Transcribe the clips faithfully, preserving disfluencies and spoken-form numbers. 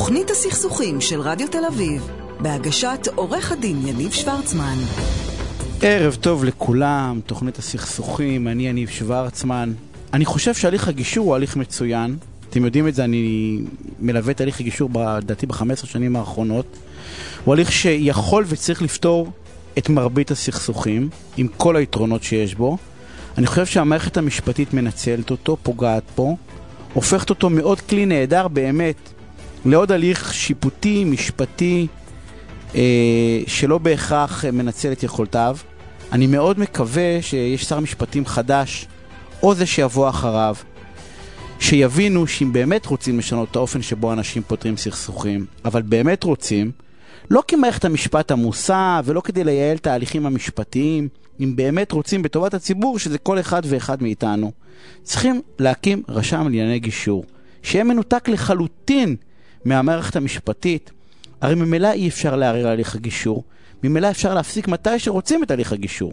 תוכנית הסכסוכים של רדיו תל אביב, בהגשת עורך הדין יניב שוורצמן. ערב טוב לכולם, תוכנית הסכסוכים, אני יניב שוורצמן. אני חושב שהליך הגישור הוא הליך מצוין. אתם יודעים את זה, אני מלווה את הליך הגישור בדעתי ב-חמש עשרה שנים האחרונות. הוא הליך שיכול וצריך לפתור את מרבית הסכסוכים, עם כל היתרונות שיש בו. אני חושב שהמערכת המשפטית מנצלת אותו, פוגעת פה, הופכת אותו מאוד כלי נהדר באמת, לעוד הליך שיפוטי, משפטי, אה, שלא בהכרח מנצל את יכולתיו. אני מאוד מקווה שיש שר משפטים חדש, או זה שיבוא אחריו, שיבינו שאם באמת רוצים לשנות את האופן שבו אנשים פותרים סכסוכים, אבל באמת רוצים, לא כמערכת המשפט עמוסה, ולא כדי לייעל את ההליכים המשפטיים, אם באמת רוצים בטובת הציבור, שזה כל אחד ואחד מאיתנו, צריכים להקים רשם לענייני גישור, שיהיה מנותק לחלוטין מהמערכת המשפטית. הרי ממילא אי אפשר לערער על הליך הגישור, ממילא אפשר להפסיק מתי שרוצים את הליך הגישור.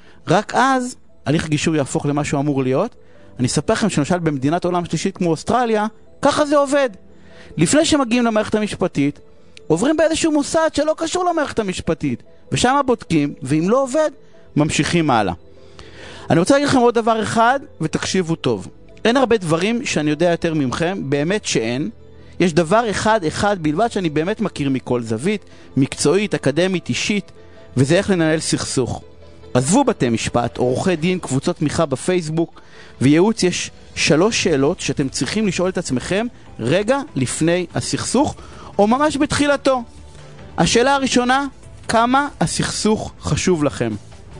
רק אז הליך הגישור יהפוך למה שהוא אמור להיות. אני אספר לכם שנושל במדינת עולם שלישית כמו אוסטרליה, ככה זה עובד. לפני שמגיעים למערכת המשפטית, עוברים באיזשהו מוסד שלא קשור למערכת המשפטית, ושם בודקים, ואם לא עובד, ממשיכים הלאה. אני רוצה להגיד לכם עוד דבר אחד, ותקשיבו טוב. אין הרבה דברים שאני יודע יותר ממכם, באמת שאין. יש דבר אחד אחד בלבד שאני באמת מכיר מכל זווית, מקצועית, אקדמית, אישית, וזה איך לנהל סכסוך. עזבו בתי משפט, עורכי דין, קבוצות תמיכה בפייסבוק, וייעוץ. יש שלוש שאלות שאתם צריכים לשאול את עצמכם רגע לפני הסכסוך, או ממש בתחילתו. השאלה הראשונה, כמה הסכסוך חשוב לכם?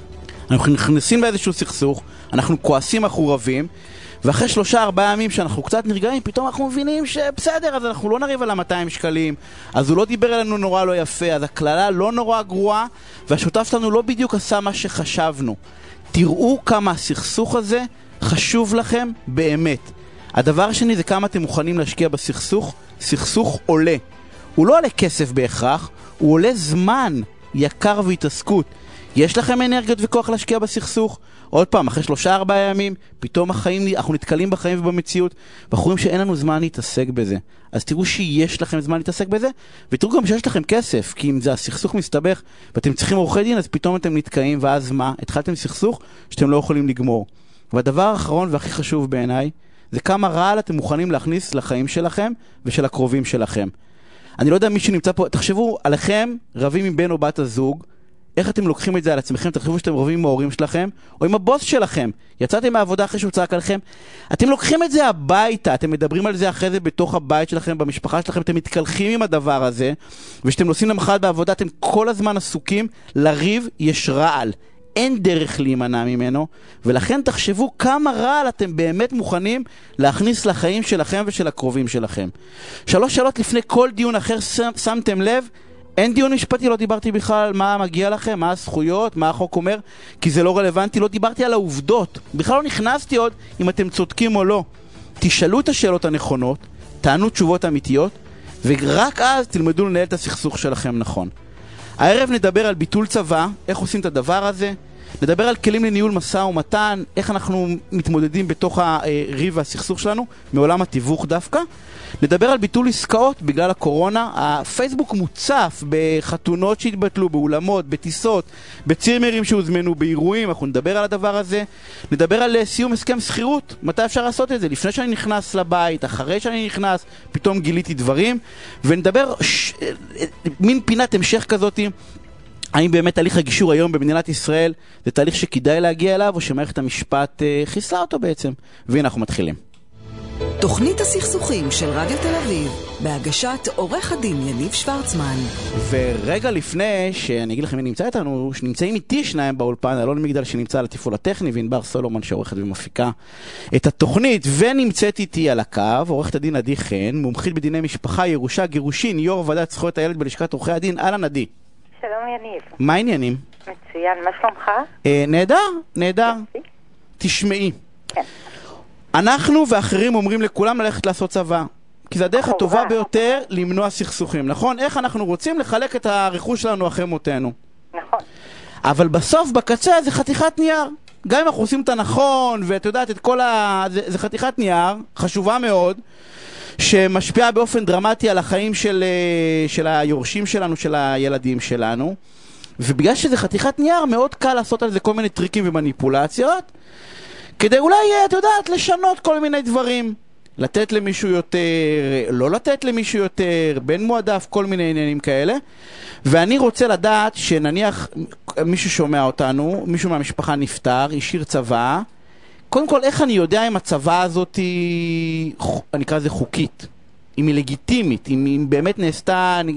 אנחנו נכנסים באיזשהו סכסוך, אנחנו כועסים, אנחנו רבים, ואחרי שלושה ארבעה ימים שאנחנו קצת נרגעים, פתאום אנחנו מבינים שבסדר, אז אנחנו לא נריב על ה-מאתיים שקלים, אז הוא לא דיבר אלינו נורא לא יפה, אז הכללה לא נורא גרועה, והשותף שלנו לא בדיוק עשה מה שחשבנו. תראו כמה הסכסוך הזה חשוב לכם באמת. הדבר השני זה כמה אתם מוכנים להשקיע בסכסוך. סכסוך עולה. הוא לא עולה כסף בהכרח, הוא עולה זמן יקר והתעסקות. יש לכם אנרגיות וכוח להשקיע בסכסוך? עוד פעם, אחרי שלושה ארבעה ימים, פתאום החיים, אנחנו נתקלים בחיים ובמציאות, ואנחנו רואים שאין לנו זמן להתעסק בזה. אז תראו שיש לכם זמן להתעסק בזה, ותראו גם שיש לכם כסף, כי אם זה הסכסוך מסתבך, ואתם צריכים עורכי דין, אז פתאום אתם נתקעים, ואז מה? התחלתם סכסוך שאתם לא יכולים לגמור. והדבר האחרון והכי חשוב בעיניי, זה כמה רעל אתם מוכנים להכניס לחיים שלכם ושל הקרובים שלכם. אני לא יודע מי שנמצא פה, תחשבו עליכם, רבים עם בן או בת הזוג, איך אתם לוקחים את זה על עצמכם? תחשבו שאתם רבים עם ההורים שלכם, או עם הבוס שלכם. יצאתם מהעבודה אחרי שהוא צעק עליכם. אתם לוקחים את זה הביתה, אתם מדברים על זה אחרי זה בתוך הבית שלכם, במשפחה שלכם, אתם מתקלחים עם הדבר הזה, ושאתם נוסעים למחרת בעבודה, אתם כל הזמן עסוקים לריב, יש רעל. אין דרך להימנע ממנו, ולכן תחשבו כמה רעל אתם באמת מוכנים להכניס לחיים שלכם ושל הקרובים שלכם. שלוש שאלות לפני כל דיון אחר, שמתם לב, אין דיון משפטי, לא דיברתי בכלל מה מגיע לכם, מה הזכויות, מה החוק אומר, כי זה לא רלוונטי, לא דיברתי על העובדות, בכלל לא נכנסתי עוד אם אתם צודקים או לא. תשאלו את השאלות הנכונות, תענו תשובות אמיתיות, ורק אז תלמדו לנהל את הסכסוך שלכם נכון. הערב נדבר על ביטול צבא, איך עושים את הדבר הזה, נדבר על כלים לניהול משא ומתן, איך אנחנו מתמודדים בתוך הריב והסכסוך שלנו, מעולם התיווך דווקא. נדבר על ביטול עסקאות בגלל הקורונה. הפייסבוק מוצף בחתונות שהתבטלו, באולמות, בטיסות, בצימרים שהוזמנו, באירועים, אנחנו נדבר על הדבר הזה. נדבר על סיום הסכם שכירות, מתי אפשר לעשות את זה, לפני שאני נכנס לבית, אחרי שאני נכנס, פתאום גיליתי דברים. ונדבר ש... מין פינת המשך כזאת, האם באמת תהליך הגישור היום במדינת ישראל זה תהליך שכדאי להגיע אליו, או שמערכת המשפט אה, חיסלה אותו בעצם. והנה אנחנו מתחילים. תוכנית הסכסוכים של רדיו תל אביב, בהגשת עורך הדין יניב שוורצמן. ורגע לפני שאני אגיד לכם מי נמצא איתנו, שנמצאים איתי שניים באולפן, אלון מגדל שנמצא על התפעול הטכני, וענבר סולומון שעורכת ומפיקה את התוכנית, ונמצאת איתי על הקו עורכת הדין עדי חן, מומחית בדיני משפחה, ירושה, גירושין, יו"ר ועדת זכויות הילד בלשכת עורכי הדין. אהלן עדי. שלום יניב. מה העניינים? מצוין, מה שלומך? אה, נהדר, נהדר. תשמעי. כן. אנחנו ואחרים אומרים לכולם ללכת לעשות צבא, כי זה הדרך הטובה ביותר למנוע סכסוכים, נכון? איך אנחנו רוצים לחלק את הרכוש שלנו אחרי מותנו. נכון. אבל בסוף, בקצה, זה חתיכת נייר. גם אם אנחנו עושים את הנכון, ואת יודעת, את כל ה... זה, זה חתיכת נייר, חשובה מאוד, שמשפיעה באופן דרמטי על החיים של, של היורשים שלנו, של הילדים שלנו, ובגלל שזה חתיכת נייר, מאוד קל לעשות על זה כל מיני טריקים ומניפולציות, כדי אולי, את יודעת, לשנות כל מיני דברים. לתת למישהו יותר, לא לתת למישהו יותר, בין מועדף, כל מיני עניינים כאלה. ואני רוצה לדעת שנניח מישהו שומע אותנו, מישהו מהמשפחה נפטר, השאיר צבא. קודם כל, איך אני יודע אם הצבא הזאת היא, אני אקרא לזה חוקית, אם היא לגיטימית, אם היא באמת נעשתה... אם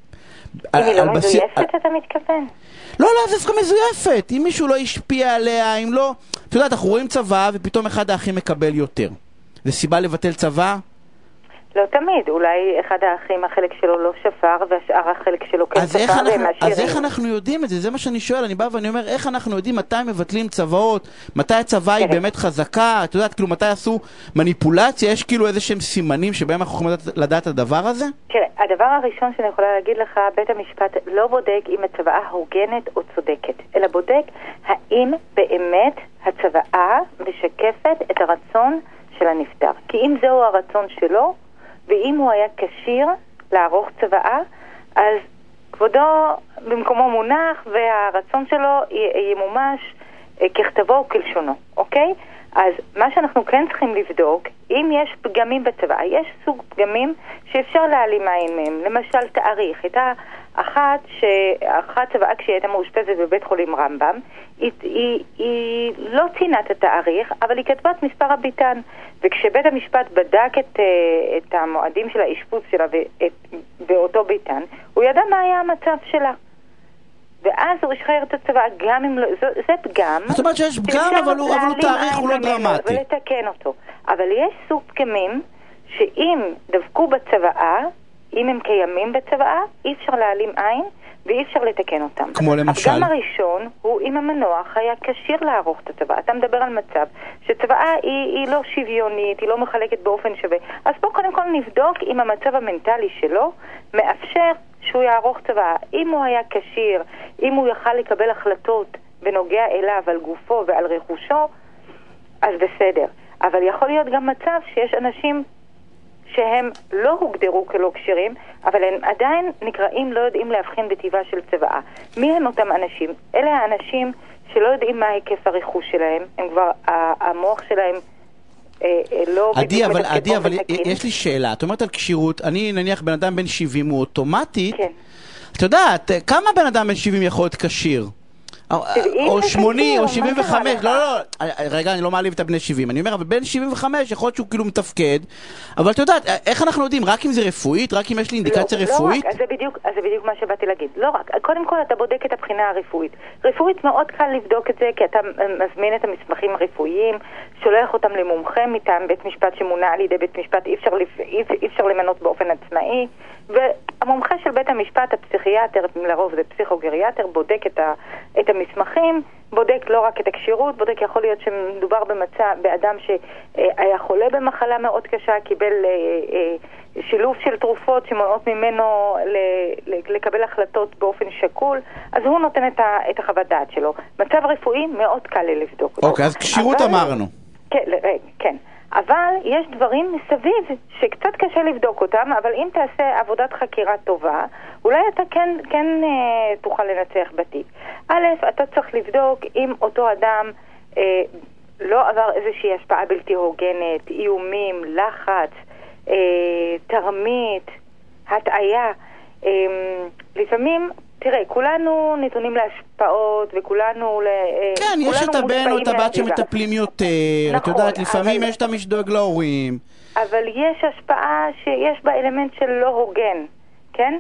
היא לא מזויפת, אתה מתכוון? לא, לא, זה דווקא מזויפת. אם מישהו לא השפיע עליה, אם לא... אתה יודע, אנחנו רואים צבא ופתאום אחד האחים מקבל יותר. זה סיבה לבטל צבא? לא תמיד, אולי אחד האחים החלק שלו לא שפר והשאר החלק שלו כן שפר והם עשירים. אז איך אנחנו יודעים את זה? זה מה שאני שואל, אני בא ואני אומר, איך אנחנו יודעים מתי מבטלים צבאות, מתי הצבא היא באמת חזקה, את יודעת, כאילו מתי עשו מניפולציה, יש כאילו איזה שהם סימנים שבהם אנחנו יכולים לדעת את הדבר הזה? כן, הדבר הראשון שאני יכולה להגיד לך, בית המשפט לא בודק אם הצבאה הוגנת או צודקת, אלא בודק האם באמת הצבאה משקפת את הרצון של הנפטר. כי אם זהו הרצון שלו, ואם הוא היה כשיר לערוך צבאה, אז כבודו במקומו מונח, והרצון שלו ימומש ככתבו וכלשונו, אוקיי? אז מה שאנחנו כן צריכים לבדוק, אם יש פגמים בצבאה, יש סוג פגמים שאפשר להעלים עין מהם. למשל, תאריך. הייתה אחת, אחת צבאה כשהיא הייתה מאושפזת בבית חולים רמב"ם, היא, היא, היא לא ציינה את התאריך, אבל היא כתבה את מספר הביתן. וכשבית המשפט בדק את, את המועדים של האשפוז שלה ואת, באותו ביתן, הוא ידע מה היה המצב שלה. ואז הוא השחרר את הצבא, גם אם לא... זה, זה פגם. זאת אומרת שיש פגם, אבל הוא, אבל הוא תאריך, הוא לא דרמטי. ולתקן אותו. אבל יש סוג פגמים שאם דבקו בצבאה, אם הם קיימים בצבאה, אי אפשר להעלים עין ואי אפשר לתקן אותם. כמו למשל? הפגם הראשון הוא אם המנוח היה כשיר לערוך את הצבא. אתה מדבר על מצב שצבאה היא, היא לא שוויונית, היא לא מחלקת באופן שווה. אז בואו קודם כל נבדוק אם המצב המנטלי שלו מאפשר שהוא יערוך צבא. אם הוא היה כשיר, אם הוא יכל לקבל החלטות בנוגע אליו, על גופו ועל רכושו, אז בסדר. אבל יכול להיות גם מצב שיש אנשים שהם לא הוגדרו כלא כשרים, אבל הם עדיין נקראים לא יודעים להבחין בטבעה של צבאה. מי הם אותם אנשים? אלה האנשים שלא יודעים מה היקף הריחוש שלהם, הם כבר, המוח שלהם אה, לא... עדי, אבל, עדי, אבל יש לי שאלה. את אומרת על קשירות, אני נניח בן אדם בן שבעים, הוא אוטומטית, כן. את יודעת, כמה בן אדם בן שבעים יכול להיות כשיר? או שמונים, או שבעים וחמש, לא, לא, רגע, אני לא מעליב את הבני שבעים, אני אומר, אבל בין שבעים וחמש יכול להיות שהוא כאילו מתפקד, אבל את יודעת, איך אנחנו יודעים, רק אם זה רפואית, רק אם יש לי אינדיקציה רפואית? לא רק, אז זה בדיוק מה שבאתי להגיד, לא רק, קודם כל אתה בודק את הבחינה הרפואית, רפואית מאוד קל לבדוק את זה, כי אתה מזמין את המסמכים הרפואיים, שולח אותם למומחה מטעם בית משפט שמונה על ידי בית משפט, אי אפשר, אי אפשר למנות באופן עצמאי, והמומחה של בית המשפט, הפסיכיאטר, לרוב זה פסיכוגריאטר, בודק את, ה, את המסמכים, בודק לא רק את הקשירות, בודק יכול להיות שמדובר במצב, באדם שהיה חולה במחלה מאוד קשה, קיבל שילוב של תרופות שמונעות ממנו לקבל החלטות באופן שקול, אז הוא נותן את, ה, את החוות דעת שלו. מצב רפואי מאוד קל לבדוק אותו. אוקיי, אז קשירות אבל, אמרנו. כן, כן. אבל יש דברים מסביב שקצת קשה לבדוק אותם, אבל אם תעשה עבודת חקירה טובה, אולי אתה כן, כן אה, תוכל לנצח בתיק. א', אתה צריך לבדוק אם אותו אדם אה, לא עבר איזושהי השפעה בלתי הוגנת, איומים, לחץ, אה, תרמית, הטעיה. אה, לפעמים... תראה, כולנו נתונים להשפעות, וכולנו... כן, יש את הבן או את הבת שמטפלים יותר, את יודעת, לפעמים יש את מי שדואג להורים. אבל יש השפעה שיש בה אלמנט של לא הוגן, כן?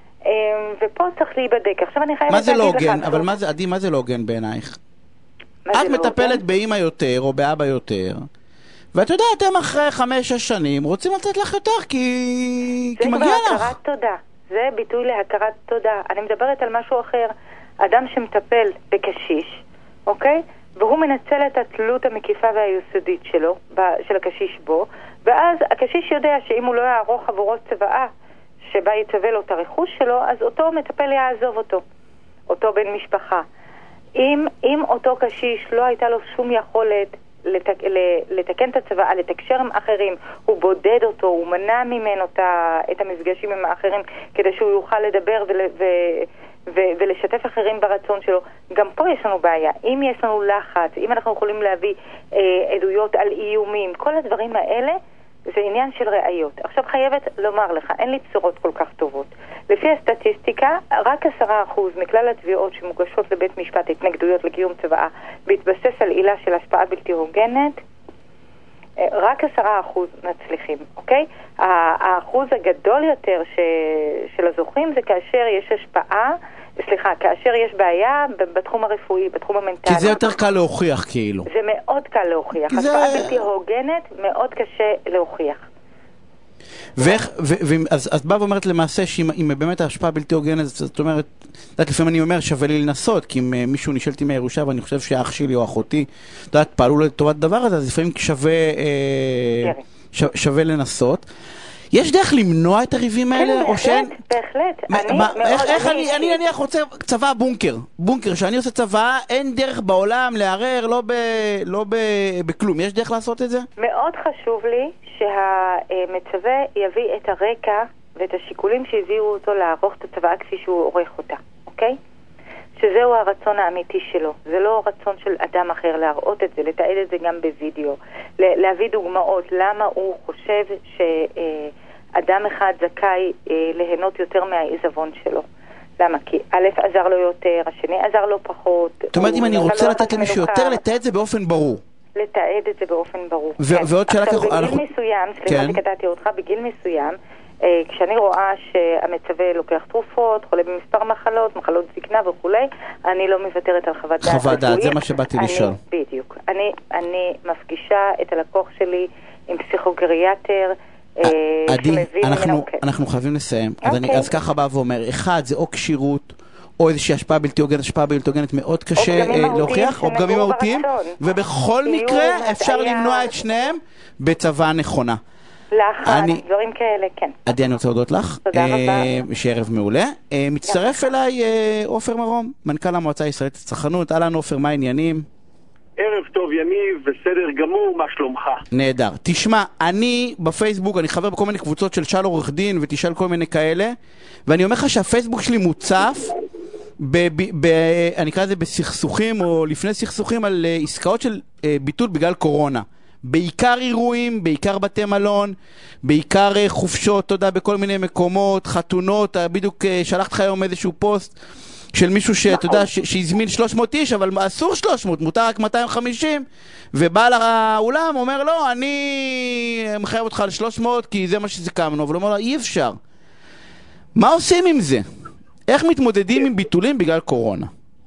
ופה צריך להיבדק. עכשיו אני חייבת מה זה לא הוגן? אבל מה זה, עדי, מה זה לא הוגן בעינייך? את מטפלת באמא יותר או באבא יותר, ואת יודעת, אתם אחרי חמש, שש שנים רוצים לתת לך יותר כי מגיע לך. זה כבר הכרת תודה. זה ביטוי להכרת תודה. אני מדברת על משהו אחר. אדם שמטפל בקשיש, אוקיי? והוא מנצל את התלות המקיפה והיסודית שלו, של הקשיש בו, ואז הקשיש יודע שאם הוא לא יערוך עבורו צוואה שבה יצווה לו את הרכוש שלו, אז אותו מטפל יעזוב אותו, אותו בן משפחה. אם, אם אותו קשיש לא הייתה לו שום יכולת לתק, לתקן את הצוואה, לתקשר עם אחרים, הוא בודד אותו, הוא מנע ממנו את המפגשים עם האחרים כדי שהוא יוכל לדבר ול, ו, ו, ולשתף אחרים ברצון שלו. גם פה יש לנו בעיה. אם יש לנו לחץ, אם אנחנו יכולים להביא אה, עדויות על איומים, כל הדברים האלה זה עניין של ראיות. עכשיו חייבת לומר לך, אין לי בשורות כל כך טובות. לפי הסטטיסטיקה, רק עשרה אחוז מכלל התביעות שמוגשות לבית משפט, התנגדויות לקיום צוואה, בהתבסס על עילה של השפעה בלתי הוגנת, רק עשרה אחוז מצליחים, אוקיי? האחוז הגדול יותר ש... של הזוכים זה כאשר יש השפעה, סליחה, כאשר יש בעיה בתחום הרפואי, בתחום המנטלי. כי זה יותר קל להוכיח כאילו. זה מאוד קל להוכיח. השפעה זה... בלתי הוגנת, מאוד קשה להוכיח. ואיך, ו, ו, אז, אז בא ואומרת למעשה שאם באמת ההשפעה בלתי הוגנת, זאת אומרת, יודעת, לפעמים אני אומר שווה לי לנסות, כי אם מישהו נשאלתי מהירושה ואני חושב שאח שלי או אחותי, יודעת, פעלו לטובת דבר הזה, אז לפעמים שווה, אה, ש, שווה לנסות. יש דרך למנוע את הריבים האלה? כן, בהחלט, בהחלט. איך אני נניח רוצה צבא בונקר, בונקר, שאני עושה צבא, אין דרך בעולם לערער, לא בכלום. יש דרך לעשות את זה? מאוד חשוב לי שהמצווה יביא את הרקע ואת השיקולים שהביאו אותו לערוך את הצבא כפי שהוא עורך אותה, אוקיי? שזהו הרצון האמיתי שלו. זה לא רצון של אדם אחר להראות את זה, לתעד את זה גם בווידאו, להביא דוגמאות למה הוא חושב שאדם אחד זכאי ליהנות יותר מהעיזבון שלו. למה? כי א' עזר לו יותר, השני עזר לו פחות. זאת אומרת, אם אני רוצה לתת למישהו יותר, לתעד את זה באופן ברור. לתעד את זה באופן ברור. ועוד שאלה ככה... עכשיו, בגיל מסוים, סליחה שקטעתי אותך, בגיל מסוים, כשאני רואה שהמצווה לוקח תרופות, חולה במספר מחלות, מחלות זקנה וכו', אני לא מוותרת על חוות דעת. חוות דעת, זה מה שבאתי לשאול. בדיוק. אני, אני מפגישה את הלקוח שלי עם פסיכוגריאטר, עדי, אנחנו, אנחנו חייבים לסיים. אז אני, אז ככה בא ואומר, אחד, זה או קשירות, או איזושהי השפעה בלתי הוגנת, השפעה בלתי הוגנת מאוד קשה להוכיח, או פגמים מהותיים, ובכל מקרה אפשר למנוע את שניהם בצבא נכונה. לחץ, דברים כאלה, כן. עדי, אני רוצה להודות לך. תודה רבה. שערב מעולה. מצטרף אליי עופר מרום, מנכ"ל המועצה הישראלית לצרכנות. אהלן עופר, מה העניינים? ערב טוב יניב, בסדר גמור, מה שלומך? נהדר. תשמע, אני בפייסבוק, אני חבר בכל מיני קבוצות של שאל עורך דין ותשאל כל מיני כאלה, ואני אומר לך שהפייסבוק שלי מוצף, ב, ב, ב, אני אקרא את זה בסכסוכים או לפני סכסוכים על uh, עסקאות של uh, ביטול בגלל קורונה. בעיקר אירועים, בעיקר בתי מלון, בעיקר uh, חופשות, אתה יודע, בכל מיני מקומות, חתונות, uh, בדיוק uh, שלחת לך היום איזשהו פוסט של מישהו שאתה יודע, שהזמין שלוש מאות איש, אבל אסור שלוש מאות, מותר רק מאתיים וחמישים, ובעל האולם אומר, לא, אני מחייב אותך על שלוש מאות, כי זה מה שסיכמנו, אבל הוא אומר לו, אי אפשר. מה עושים עם זה? איך מתמודדים עם ביטולים בגלל קורונה?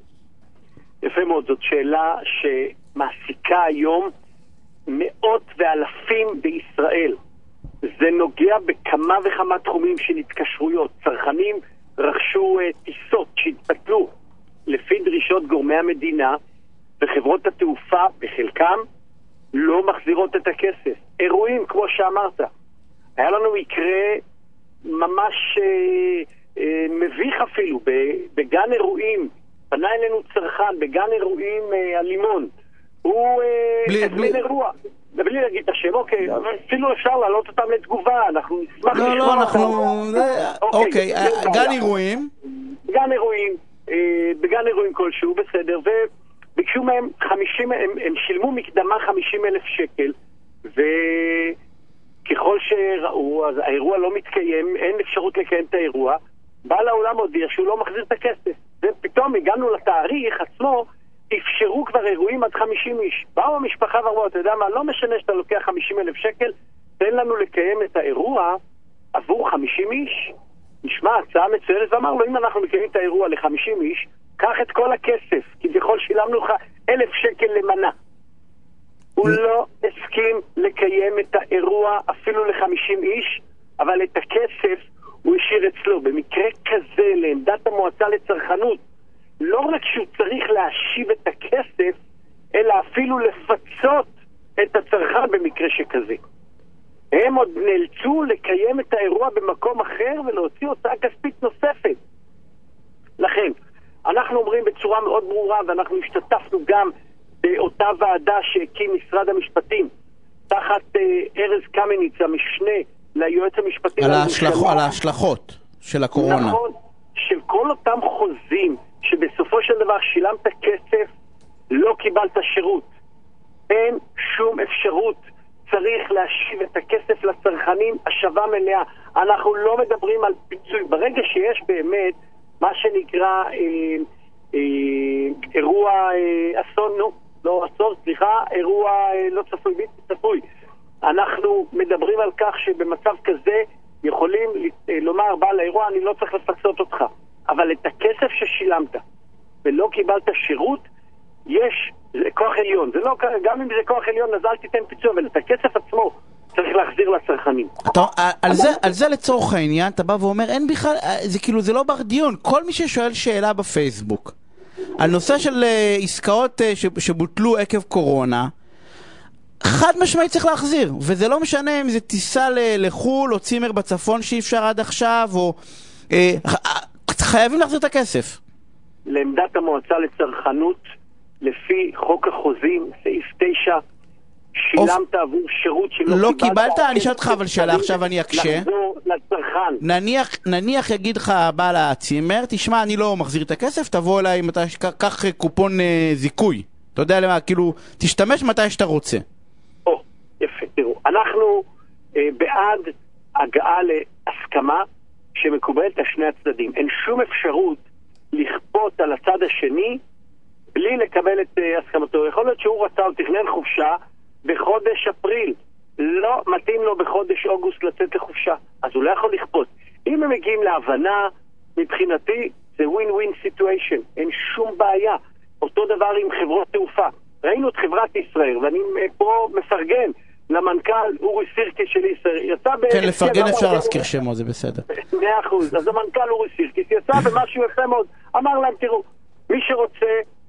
יפה מאוד, זאת שאלה שמעסיקה היום מאות ואלפים בישראל. זה נוגע בכמה וכמה תחומים של התקשרויות. צרכנים רכשו uh, טיסות שהתפתלו לפי דרישות גורמי המדינה, וחברות התעופה בחלקם לא מחזירות את הכסף. אירועים, כמו שאמרת, היה לנו מקרה ממש uh, uh, מביך אפילו, בגן אירועים, פנה אלינו צרכן, בגן אירועים uh, הלימון, הוא הזמין uh, אירוע. בלי להגיד את השם, אוקיי, אפילו אפשר להעלות אותם לתגובה, אנחנו נשמח לשמוע. לא, לא, אנחנו... אוקיי, גן אירועים. גן אירועים, בגן אירועים כלשהו, בסדר, וביקשו מהם חמישים, הם שילמו מקדמה חמישים אלף שקל, וככל שראו, אז האירוע לא מתקיים, אין אפשרות לקיים את האירוע, בעל העולם הודיע שהוא לא מחזיר את הכסף, ופתאום הגענו לתאריך עצמו, אפשרו כבר אירועים עד חמישים איש. באו המשפחה ואמרו, אתה יודע מה, לא משנה שאתה לוקח חמישים אלף שקל, תן לנו לקיים את האירוע עבור חמישים איש. נשמע, הצעה מצוינת, ואמר לו, אם אנחנו מקיימים את האירוע ל-חמישים איש, קח את כל הכסף, כי בכל שילמנו לך אלף שקל למנה. הוא לא הסכים לקיים את האירוע אפילו ל-חמישים איש, אבל את הכסף הוא השאיר אצלו. במקרה כזה, לעמדת המועצה לצרכנות, לא רק שהוא צריך להשיב את הכסף, אלא אפילו לפצות את הצרכן במקרה שכזה. הם עוד נאלצו לקיים את האירוע במקום אחר ולהוציא הוצאה כספית נוספת. לכן, אנחנו אומרים בצורה מאוד ברורה, ואנחנו השתתפנו גם באותה ועדה שהקים משרד המשפטים, תחת ארז קמניץ, המשנה ליועץ המשפטי. על ההשלכות, על ההשלכות של הקורונה. נכון, של כל אותם חוזים שבסופו של דבר שילמת כסף, לא קיבלת שירות. אין שום אפשרות. צריך להשיב את הכסף לצרכנים, השווה מלאה. אנחנו לא מדברים על פיצוי. ברגע שיש באמת מה שנקרא אה, אה, אירוע אה, אסון, נו, לא אסון, סליחה, אירוע אה, לא צפוי, בלתי צפוי. אנחנו מדברים על כך שבמצב כזה יכולים אה, לומר בעל האירוע, אני לא צריך לפצות אותך. אבל את הכסף ששילמת ולא קיבלת שירות, יש, זה כוח עליון. זה לא, גם אם זה כוח עליון, אז אל תיתן פיצוי, אבל את הכסף עצמו צריך להחזיר לצרכנים. אתה, על זה, על זה לצורך העניין, אתה בא ואומר, אין בכלל, זה כאילו, זה לא בר דיון. כל מי ששואל שאלה בפייסבוק, על נושא של עסקאות שבוטלו עקב קורונה, חד משמעית צריך להחזיר. וזה לא משנה אם זה טיסה לחול, או צימר בצפון שאי אפשר עד עכשיו, או... חייבים להחזיר את הכסף. לעמדת המועצה לצרכנות, לפי חוק החוזים, סעיף תשע, שילמת עבור שירות שלא קיבלת. לא קיבלת, אני אשאל אותך אבל שאלה, עכשיו אני אקשה. לחזור לצרכן. נניח, נניח יגיד לך בעל הצימר, תשמע, אני לא מחזיר את הכסף, תבוא אליי אם אתה קח קופון זיכוי. אתה יודע למה, כאילו, תשתמש מתי שאתה רוצה. או, יפה, תראו. אנחנו אה, בעד הגעה להסכמה שמקובלת על שני הצדדים. אין שום אפשרות לכפות על הצד השני בלי לקבל את uh, הסכמתו. יכול להיות שהוא רצה או תכנן חופשה בחודש אפריל. לא מתאים לו בחודש אוגוסט לצאת לחופשה. אז הוא לא יכול לכפות. אם הם מגיעים להבנה, מבחינתי זה ווין-ווין סיטואשן. אין שום בעיה. אותו דבר עם חברות תעופה. ראינו את חברת ישראל, ואני פה מפרגן למנכ"ל אורי סירקיס של ישראל. יצא כן, לפרגן אפשר להזכיר שמו, זה בסדר. מאה אחוז. אז המנכ"ל אורי סירקיס יצא במשהו יפה מאוד. אמר להם, תראו, מי שרוצה,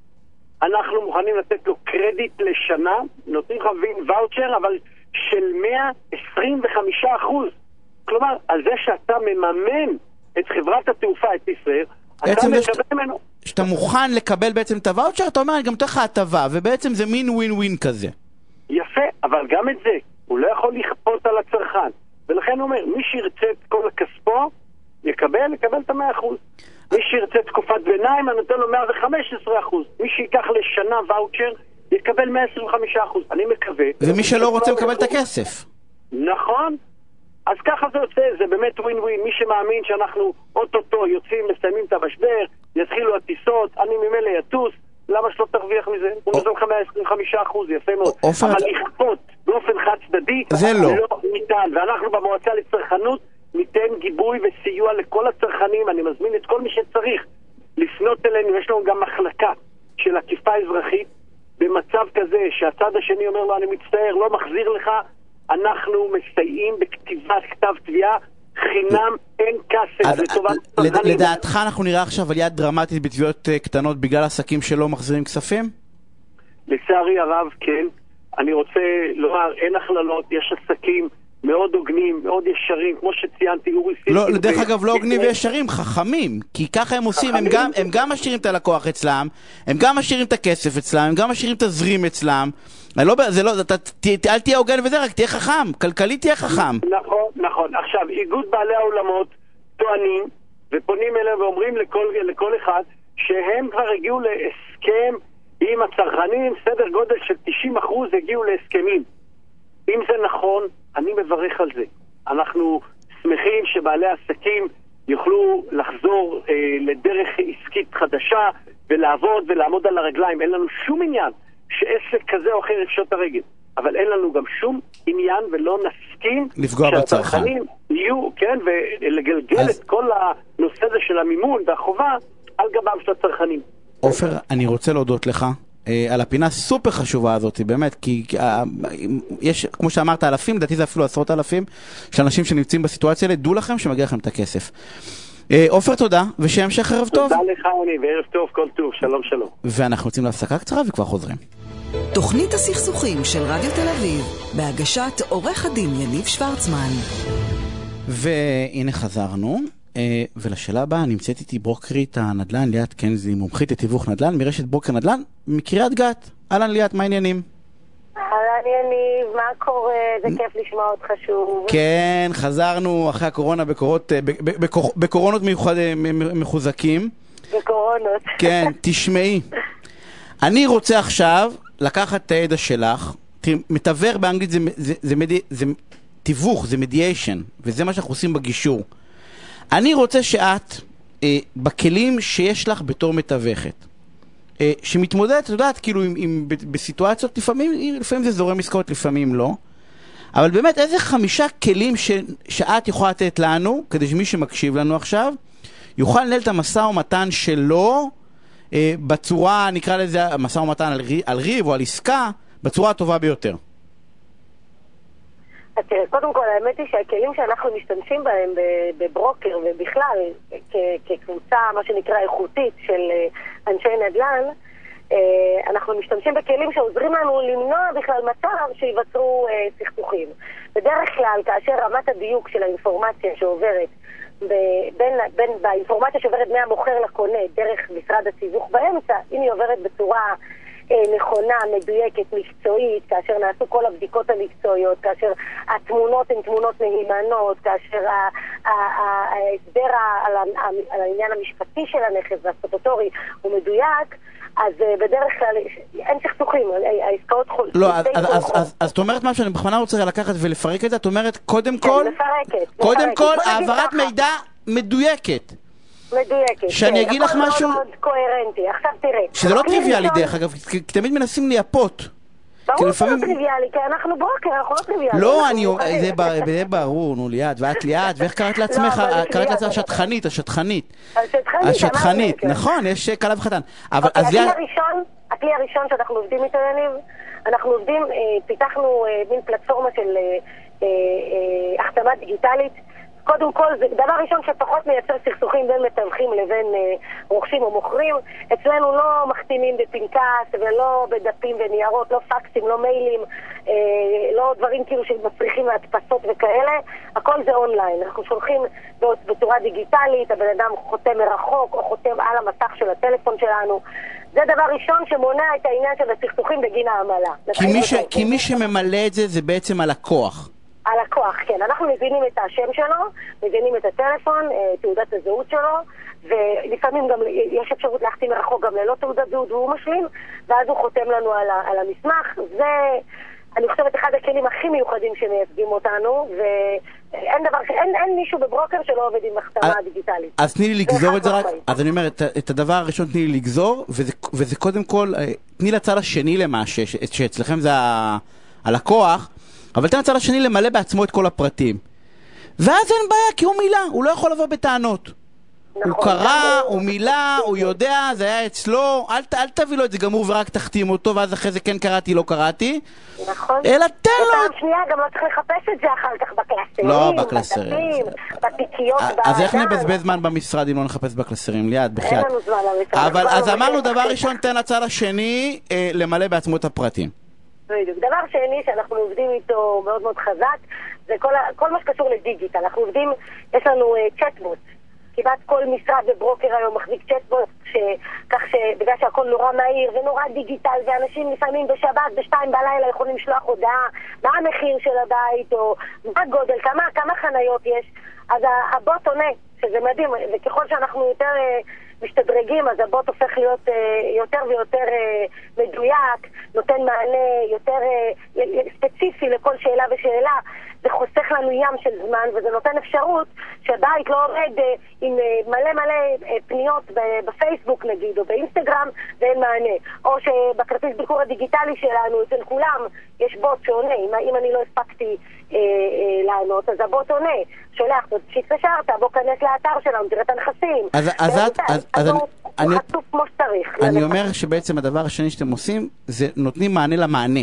אנחנו מוכנים לתת לו קרדיט לשנה, נותנים לך ואוצ'ר, אבל של מאה עשרים וחמישה אחוז. כלומר, על זה שאתה מממן את חברת התעופה, את ישראל, אתה מקבל ממנו. שאתה מוכן לקבל בעצם את הוואוצ'ר, אתה אומר, אני גם תלך הטבה, ובעצם זה מין ווין ווין כזה. יפה, אבל גם את זה, הוא לא יכול לכפות על הצרכן. ולכן הוא אומר, מי שירצה את כל הכספו, יקבל, יקבל את המאה אחוז. מי שירצה תקופת ביניים, אני נותן לו מאה וחמש עשרה אחוז. מי שיקח לשנה ואוצ'ר, יקבל מאה עשרים וחמישה אחוז. אני מקווה. ומי שלא רוצה לקבל את הכסף. נכון. אז ככה זה יוצא, זה באמת ווין ווין. מי שמאמין שאנחנו אוטוטו יוצאים, מסיימים את המשבר, יתחילו הטיסות, אני ממילא יטוס, למה שלא תרוויח מזה? הוא נותן לך מאה עשרים וחמישה אחוז, יפה מאוד. אבל לכפות באופן חד צדדי, זה לא. לא ניתן. ואנחנו במועצה לצרכנות ניתן גיבוי וסיוע לכל הצרכנים. אני מזמין את כל מי שצריך לפנות אלינו. יש לנו גם מחלקה של עקיפה אזרחית. במצב כזה שהצד השני אומר לו, אני מצטער, לא מחזיר לך, אנחנו מסייעים בכתיבת כתב תביעה חינם, אין כסף לטובת צרכנים. לדעתך אנחנו נראה עכשיו עלייה דרמטית בתביעות קטנות בגלל עסקים שלא מחזירים כספים? לצערי הרב, כן. אני רוצה לומר, אין הכללות, יש עסקים מאוד הוגנים, מאוד ישרים, כמו שציינתי, אורי סירקיס. לא, דרך אגב, לא הוגנים וישרים, חכמים, כי ככה הם עושים, הם גם, הם גם משאירים את הלקוח אצלם, הם גם משאירים את הכסף אצלם, הם גם משאירים את הזרים אצלם. לא, זה לא, אתה, אל תהיה הוגן וזה, רק תהיה חכם, כלכלית תהיה חכם. נכון, נכון. עכשיו, איגוד בעלי האולמות טוענים, ופונים אליהם ואומרים לכל, לכל אחד, שהם כבר הגיעו להסכם עם הצרכנים, סדר גודל של תשעים אחוז הגיעו להסכמים. אם זה נכון, אני מברך על זה. אנחנו שמחים שבעלי עסקים יוכלו לחזור אה, לדרך עסקית חדשה ולעבוד ולעמוד על הרגליים. אין לנו שום עניין שעסק כזה או אחר יפשוט את הרגל. אבל אין לנו גם שום עניין ולא נסכים לפגוע שהצרכנים יהיו, כן, ולגלגל אז... את כל הנושא הזה של המימון והחובה על גבם של הצרכנים. עופר, אני רוצה להודות לך על הפינה סופר חשובה הזאת, באמת, כי יש, כמו שאמרת, אלפים, לדעתי זה אפילו עשרות אלפים של אנשים שנמצאים בסיטואציה האלה, דעו לכם שמגיע לכם את הכסף. עופר, תודה, ושהמשך ערב טוב. תודה לך, אני, וערב טוב, כל טוב, שלום שלום. ואנחנו יוצאים להפסקה קצרה וכבר חוזרים. תוכנית הסכסוכים של רדיו תל אביב, בהגשת עורך הדין יניב שוורצמן. והנה חזרנו. ולשאלה הבאה, נמצאת איתי ברוקרית הנדל"ן ליאת קנזי, מומחית לתיווך נדל"ן מרשת ברוקר נדל"ן מקריית גת. אהלן ליאת, מה העניינים? אהלן יניב, מה קורה? זה כיף לשמוע אותך שוב. כן, חזרנו אחרי הקורונה בקורות, בקורונות מחוזקים. בקורונות. כן, תשמעי. אני רוצה עכשיו לקחת את הידע שלך, מתווך באנגלית זה, זה, זה, זה, זה תיווך, זה mediation, וזה מה שאנחנו עושים בגישור. אני רוצה שאת, אה, בכלים שיש לך בתור מתווכת, אה, שמתמודדת, את יודעת, כאילו, עם, עם, בסיטואציות, לפעמים, לפעמים זה זורם עסקאות, לפעמים לא, אבל באמת, איזה חמישה כלים ש, שאת יכולה לתת לנו, כדי שמי שמקשיב לנו עכשיו, יוכל לנהל את המשא ומתן שלו, אה, בצורה, נקרא לזה, המשא ומתן על, על ריב או על עסקה, בצורה הטובה ביותר. אז תראה, קודם כל, האמת היא שהכלים שאנחנו משתמשים בהם בברוקר ובכלל, כקבוצה, מה שנקרא, איכותית של אנשי נדל"ן, אנחנו משתמשים בכלים שעוזרים לנו למנוע בכלל מצב שיווצרו סכסוכים. בדרך כלל, כאשר רמת הדיוק של האינפורמציה שעוברת, בין, בין, באינפורמציה שעוברת מהמוכר לקונה דרך משרד התיווך באמצע, אם היא עוברת בצורה נכונה, מדויקת, מקצועית, כאשר נעשו כל הבדיקות המקצועיות, כאשר התמונות הן תמונות מהימנות, כאשר ההסבר על העניין המשפטי של הנכס והסטטוטורי הוא מדויק, אז בדרך כלל אין סכסוכים, העסקאות חולקות. לא, אז את אומרת מה שאני בכוונה רוצה לקחת ולפרק את זה, את אומרת קודם כל, קודם כל העברת מידע מדויקת. מדויקת. שאני אגיד לך משהו... מאוד מאוד קוהרנטי. עכשיו תראה. שזה לא טריוויאלי דרך אגב, כי תמיד מנסים לייפות. ברור שזה טריוויאלי, כי אנחנו ברוקר, אנחנו לא טריוויאלי. לא, זה ברור, נו ליאת, ואת ליאת, ואיך קראת לעצמך? קראת לעצמך השטחנית, השטחנית. השטחנית, נכון, יש כלה וחתן. הכלי הראשון שאנחנו עובדים איתו, יניב, אנחנו עובדים, פיתחנו מין פלטפורמה של החתמה דיגיטלית. קודם כל, זה דבר ראשון שפחות מייצר סכסוכים בין מתווכים לבין אה, רוכשים או מוכרים. אצלנו לא מחתימים בפנקס ולא בדפים וניירות, לא פקסים, לא מיילים, אה, לא דברים כאילו שמצריכים להדפסות וכאלה. הכל זה אונליין. אנחנו שולחים בצורה דיגיטלית, הבן אדם חותם מרחוק או חותם על המסך של הטלפון שלנו. זה דבר ראשון שמונע את העניין של הסכסוכים בגין העמלה. כי מי, ש... כי מי שממלא את זה זה בעצם הלקוח. הלקוח, כן. אנחנו מבינים את השם שלו, מבינים את הטלפון, תעודת הזהות שלו, ולפעמים גם יש אפשרות להחתים מרחוק גם ללא תעודת זהות, והוא משלים, ואז הוא חותם לנו על, ה, על המסמך. זה, אני חושבת, אחד הכלים הכי מיוחדים שמייצגים אותנו, ואין דבר, אין, אין מישהו בברוקר שלא עובד עם החתמה דיגיטלית. אז תני לי לגזור את זה רק, אז אני אומר, את, את הדבר הראשון תני לי לגזור, וזה, וזה קודם כל, תני לצד השני למעשה, שאצלכם זה ה, הלקוח, אבל תן לצד השני למלא בעצמו את כל הפרטים. ואז אין בעיה, כי הוא מילה, הוא לא יכול לבוא בטענות. נכון, הוא קרא, הוא מילה, הוא יודע, זה היה אצלו, אל, אל תביא לו את זה גמור ורק תחתים אותו, ואז אחרי זה כן קראתי, לא קראתי. נכון. אלא תן לו... ופעם שנייה גם לא צריך לחפש את זה אחר כך בקלסרים, לא, בקלסרים. בתיקיות, באדם. אז איך נבזבז זמן במשרד אם לא נחפש בקלסרים? ליד, בחייאת. אין לנו זמן למשרד. אבל אז אמרנו דבר ראשון, תן לצד השני אה, למלא בעצמו את הפרטים. בדיוק. דבר שני שאנחנו עובדים איתו מאוד מאוד חזק, זה כל, כל מה שקשור לדיגיטל. אנחנו עובדים, יש לנו uh, צ'טבוט. כמעט כל משרד וברוקר היום מחזיק צ'טבוט, כך שבגלל שהכל נורא מהיר ונורא דיגיטל, ואנשים לפעמים בשבת, בשתיים בלילה יכולים לשלוח הודעה, מה המחיר של הבית, או מה הגודל, כמה, כמה חניות יש. אז הבוט עונה, שזה מדהים, וככל שאנחנו יותר... Uh, משתדרגים, אז הבוט הופך להיות uh, יותר ויותר uh, מדויק, נותן מענה יותר uh, ספציפי לכל שאלה ושאלה, זה חוסך לנו ים של זמן, וזה נותן אפשרות שהבית לא עומד uh, עם uh, מלא מלא uh, פניות בפייסבוק נגיד, או באינסטגרם, ואין מענה. או שבכרטיס ביקור הדיגיטלי שלנו, אצל כולם, יש בוט שעונה. אם, אם אני לא הספקתי uh, uh, לענות, אז הבוט עונה. שולח, שהתקשרת, בוא כנס לאתר שלנו, תראה את הנכסים. אז, אז, אז, אז, אז הוא אני, חטוף כמו שצריך. אני אומר שבעצם הדבר השני שאתם עושים, זה נותנים מענה למענה.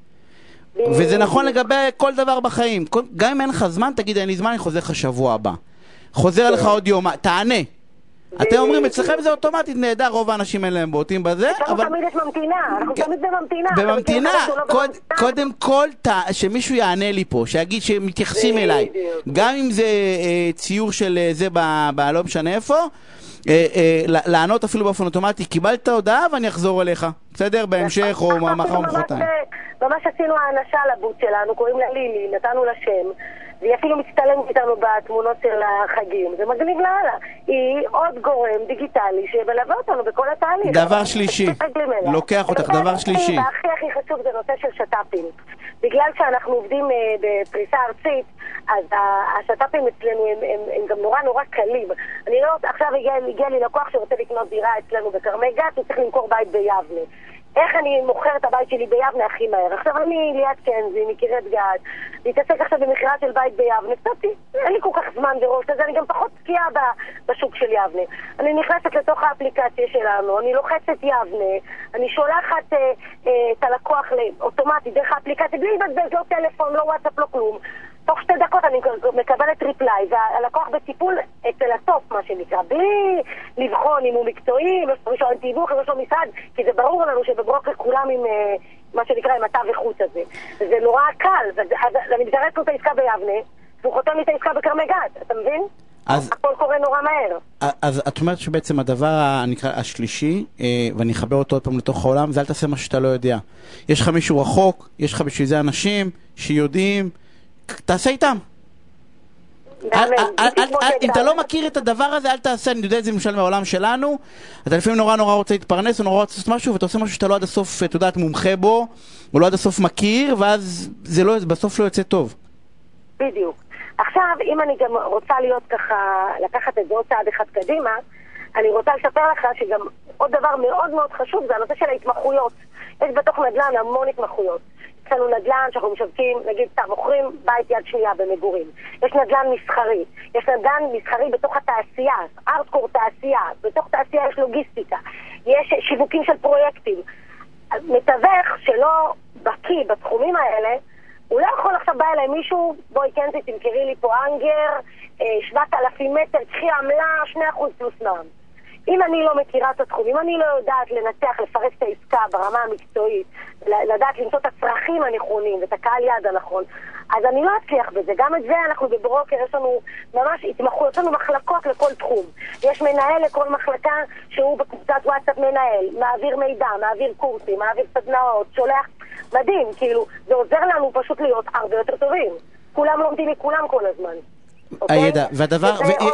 וזה נכון לגבי כל דבר בחיים. גם אם אין לך זמן, תגיד, אין לי זמן, אני חוזר לך שבוע הבא. חוזר לך עוד יום, תענה. אתם אומרים, אצלכם זה אוטומטית נהדר, רוב האנשים אין להם בוטים בזה, אבל... תמיד יש ממתינה, אנחנו תמיד בממתינה. בממתינה, קודם כל, שמישהו יענה לי פה, שיגיד שמתייחסים אליי. גם אם זה ציור של זה, לא משנה איפה, לענות אפילו באופן אוטומטי, קיבלת הודעה ואני אחזור אליך. בסדר? בהמשך או מחר מחרתיים. ממש עשינו האנשה לבוט שלנו, קוראים לה לילי, נתנו לה שם, והיא אפילו מצטלמת איתנו בתמונות של החגים. זה מגניב להלאה. היא עוד גורם דיגיטלי שמלווה אותנו בכל התהליך. דבר שלישי, לוקח אותך, דבר שלישי. והכי הכי חשוב זה נושא של שטאפים. בגלל שאנחנו עובדים בפריסה ארצית, אז השטאפים אצלנו הם, הם, הם גם נורא נורא קלים. אני לא, עכשיו הגיע, הגיע לי לקוח שרוצה לקנות דירה אצלנו בקרמי גת, הוא צריך למכור בית ביבנה. איך אני מוכר את הבית שלי ביבנה הכי מהר? עכשיו אני ליד קנזי, מקריית גת, להתעסק עכשיו במכירה של בית ביבנה, קצת, אין לי כל כך זמן וראש, אז אני גם פחות תקיעה בשוק של יבנה. אני נכנסת לתוך האפליקציה שלנו, אני לוחצת יבנה, אני שולחת אה, אה, את הלקוח לאוטומטית דרך האפליקציה, בלי לבזבז, לא טלפון, לא וואטסאפ, לא כלום. תוך שתי דקות אני מקבלת ריפליי, והלקוח בטיפול אצל הטופ, מה שנקרא, בלי לבחון אם הוא מקצועי, אם יש לו תיווך, אם יש לו משרד, כי זה ברור לנו שבברוקר כולם עם, מה שנקרא, עם התו איכות הזה. זה נורא קל, אז אני מזרקת לו את העסקה ביבנה, והוא חותם לי את העסקה בקרמי גת, אתה מבין? אז, הכל קורה נורא מהר. אז את אומרת שבעצם הדבר הנקרא השלישי, ואני אחבר אותו עוד פעם לתוך העולם, זה אל תעשה מה שאתה לא יודע. יש לך מישהו רחוק, יש לך בשביל זה אנשים שיודעים, תעשה איתם. אם אתה לא מכיר את הדבר הזה, אל תעשה. אני יודע את זה למשל מהעולם שלנו, אתה לפעמים נורא נורא רוצה להתפרנס או נורא רוצה לעשות משהו, ואתה עושה משהו שאתה לא עד הסוף, אתה יודעת, מומחה בו, או לא עד הסוף מכיר, ואז זה לא, בסוף לא יוצא טוב. בדיוק. עכשיו, אם אני גם רוצה להיות ככה, לקחת את זה עוד צעד אחד קדימה, אני רוצה לספר לך שגם עוד דבר מאוד מאוד חשוב, זה הנושא של ההתמחויות. יש בתוך נדל"ן המון התמחויות. יש לנו נדל"ן שאנחנו משווקים, נגיד, סתם, מוכרים בית יד שנייה במגורים. יש נדל"ן מסחרי. יש נדל"ן מסחרי בתוך התעשייה, ארטקור תעשייה. בתוך תעשייה יש לוגיסטיקה. יש שיווקים של פרויקטים. מתווך שלא בקיא בתחומים האלה, הוא לא יכול עכשיו בא אליי מישהו, בואי קנזי, תמכרי לי פה אנגר, שבעת אלפים מטר, קחי עמלה, שני אחוז פלוס מע"מ. אם אני לא מכירה את התחום, אם אני לא יודעת לנצח, לפרק את העסקה ברמה המקצועית, לדעת למצוא את הצרכים הנכונים ואת הקהל יד הנכון, אז אני לא אצליח בזה. גם את זה אנחנו בברוקר, יש לנו ממש התמחויות, יש לנו מחלקות לכל תחום. יש מנהל לכל מחלקה שהוא בקבוצת וואטסאפ מנהל, מעביר מידע, מעביר קורסים, מעביר סדנאות, שולח, מדהים, כאילו, זה עוזר לנו פשוט להיות הרבה יותר טובים. כולם לומדים מכולם כל הזמן. הידע, והדבר,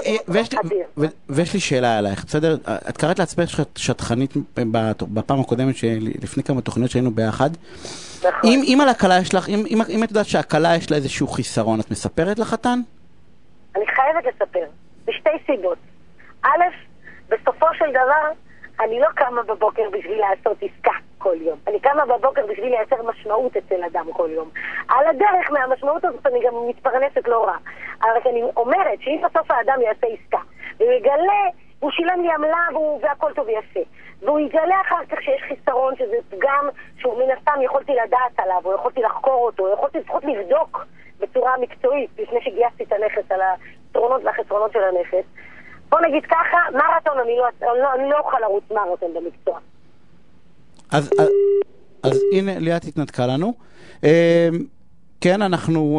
ויש לי שאלה עלייך, בסדר? את קראת לעצמך שטחנית בפעם הקודמת, לפני כמה תוכניות שהיינו ביחד. אם על הקלה יש לך, אם את יודעת שהקלה יש לה איזשהו חיסרון, את מספרת לחתן? אני חייבת לספר, בשתי סיבות. א', בסופו של דבר, אני לא קמה בבוקר בשביל לעשות עסקה כל יום. אני קמה בבוקר בשביל לייצר משמעות אצל אדם כל יום. על הדרך מהמשמעות הזאת אני גם מתפרנסת לא רע. אבל אני אומרת שאם בסוף האדם יעשה עסקה, והוא יגלה, הוא שילם לי עמלה והוא, והכל טוב יפה. והוא יגלה אחר כך שיש חיסרון, שזה פגם שהוא מן הסתם יכולתי לדעת עליו, או יכולתי לחקור אותו, או יכולתי לפחות לבדוק בצורה מקצועית, לפני שגייסתי את הנכס על היתרונות והחסרונות של הנכס. בוא נגיד ככה, מרתון, אני לא, אני לא, אני לא אוכל לרוץ מרתון במקצוע. אז, אז, אז הנה, ליאת התנתקה לנו. כן, אנחנו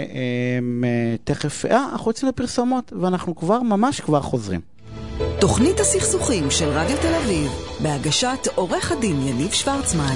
תכף, אה, אנחנו יוצאים לפרסומות, ואנחנו כבר, ממש כבר חוזרים. תוכנית הסכסוכים של רדיו תל אביב, בהגשת עורך הדין יניב שוורצמן.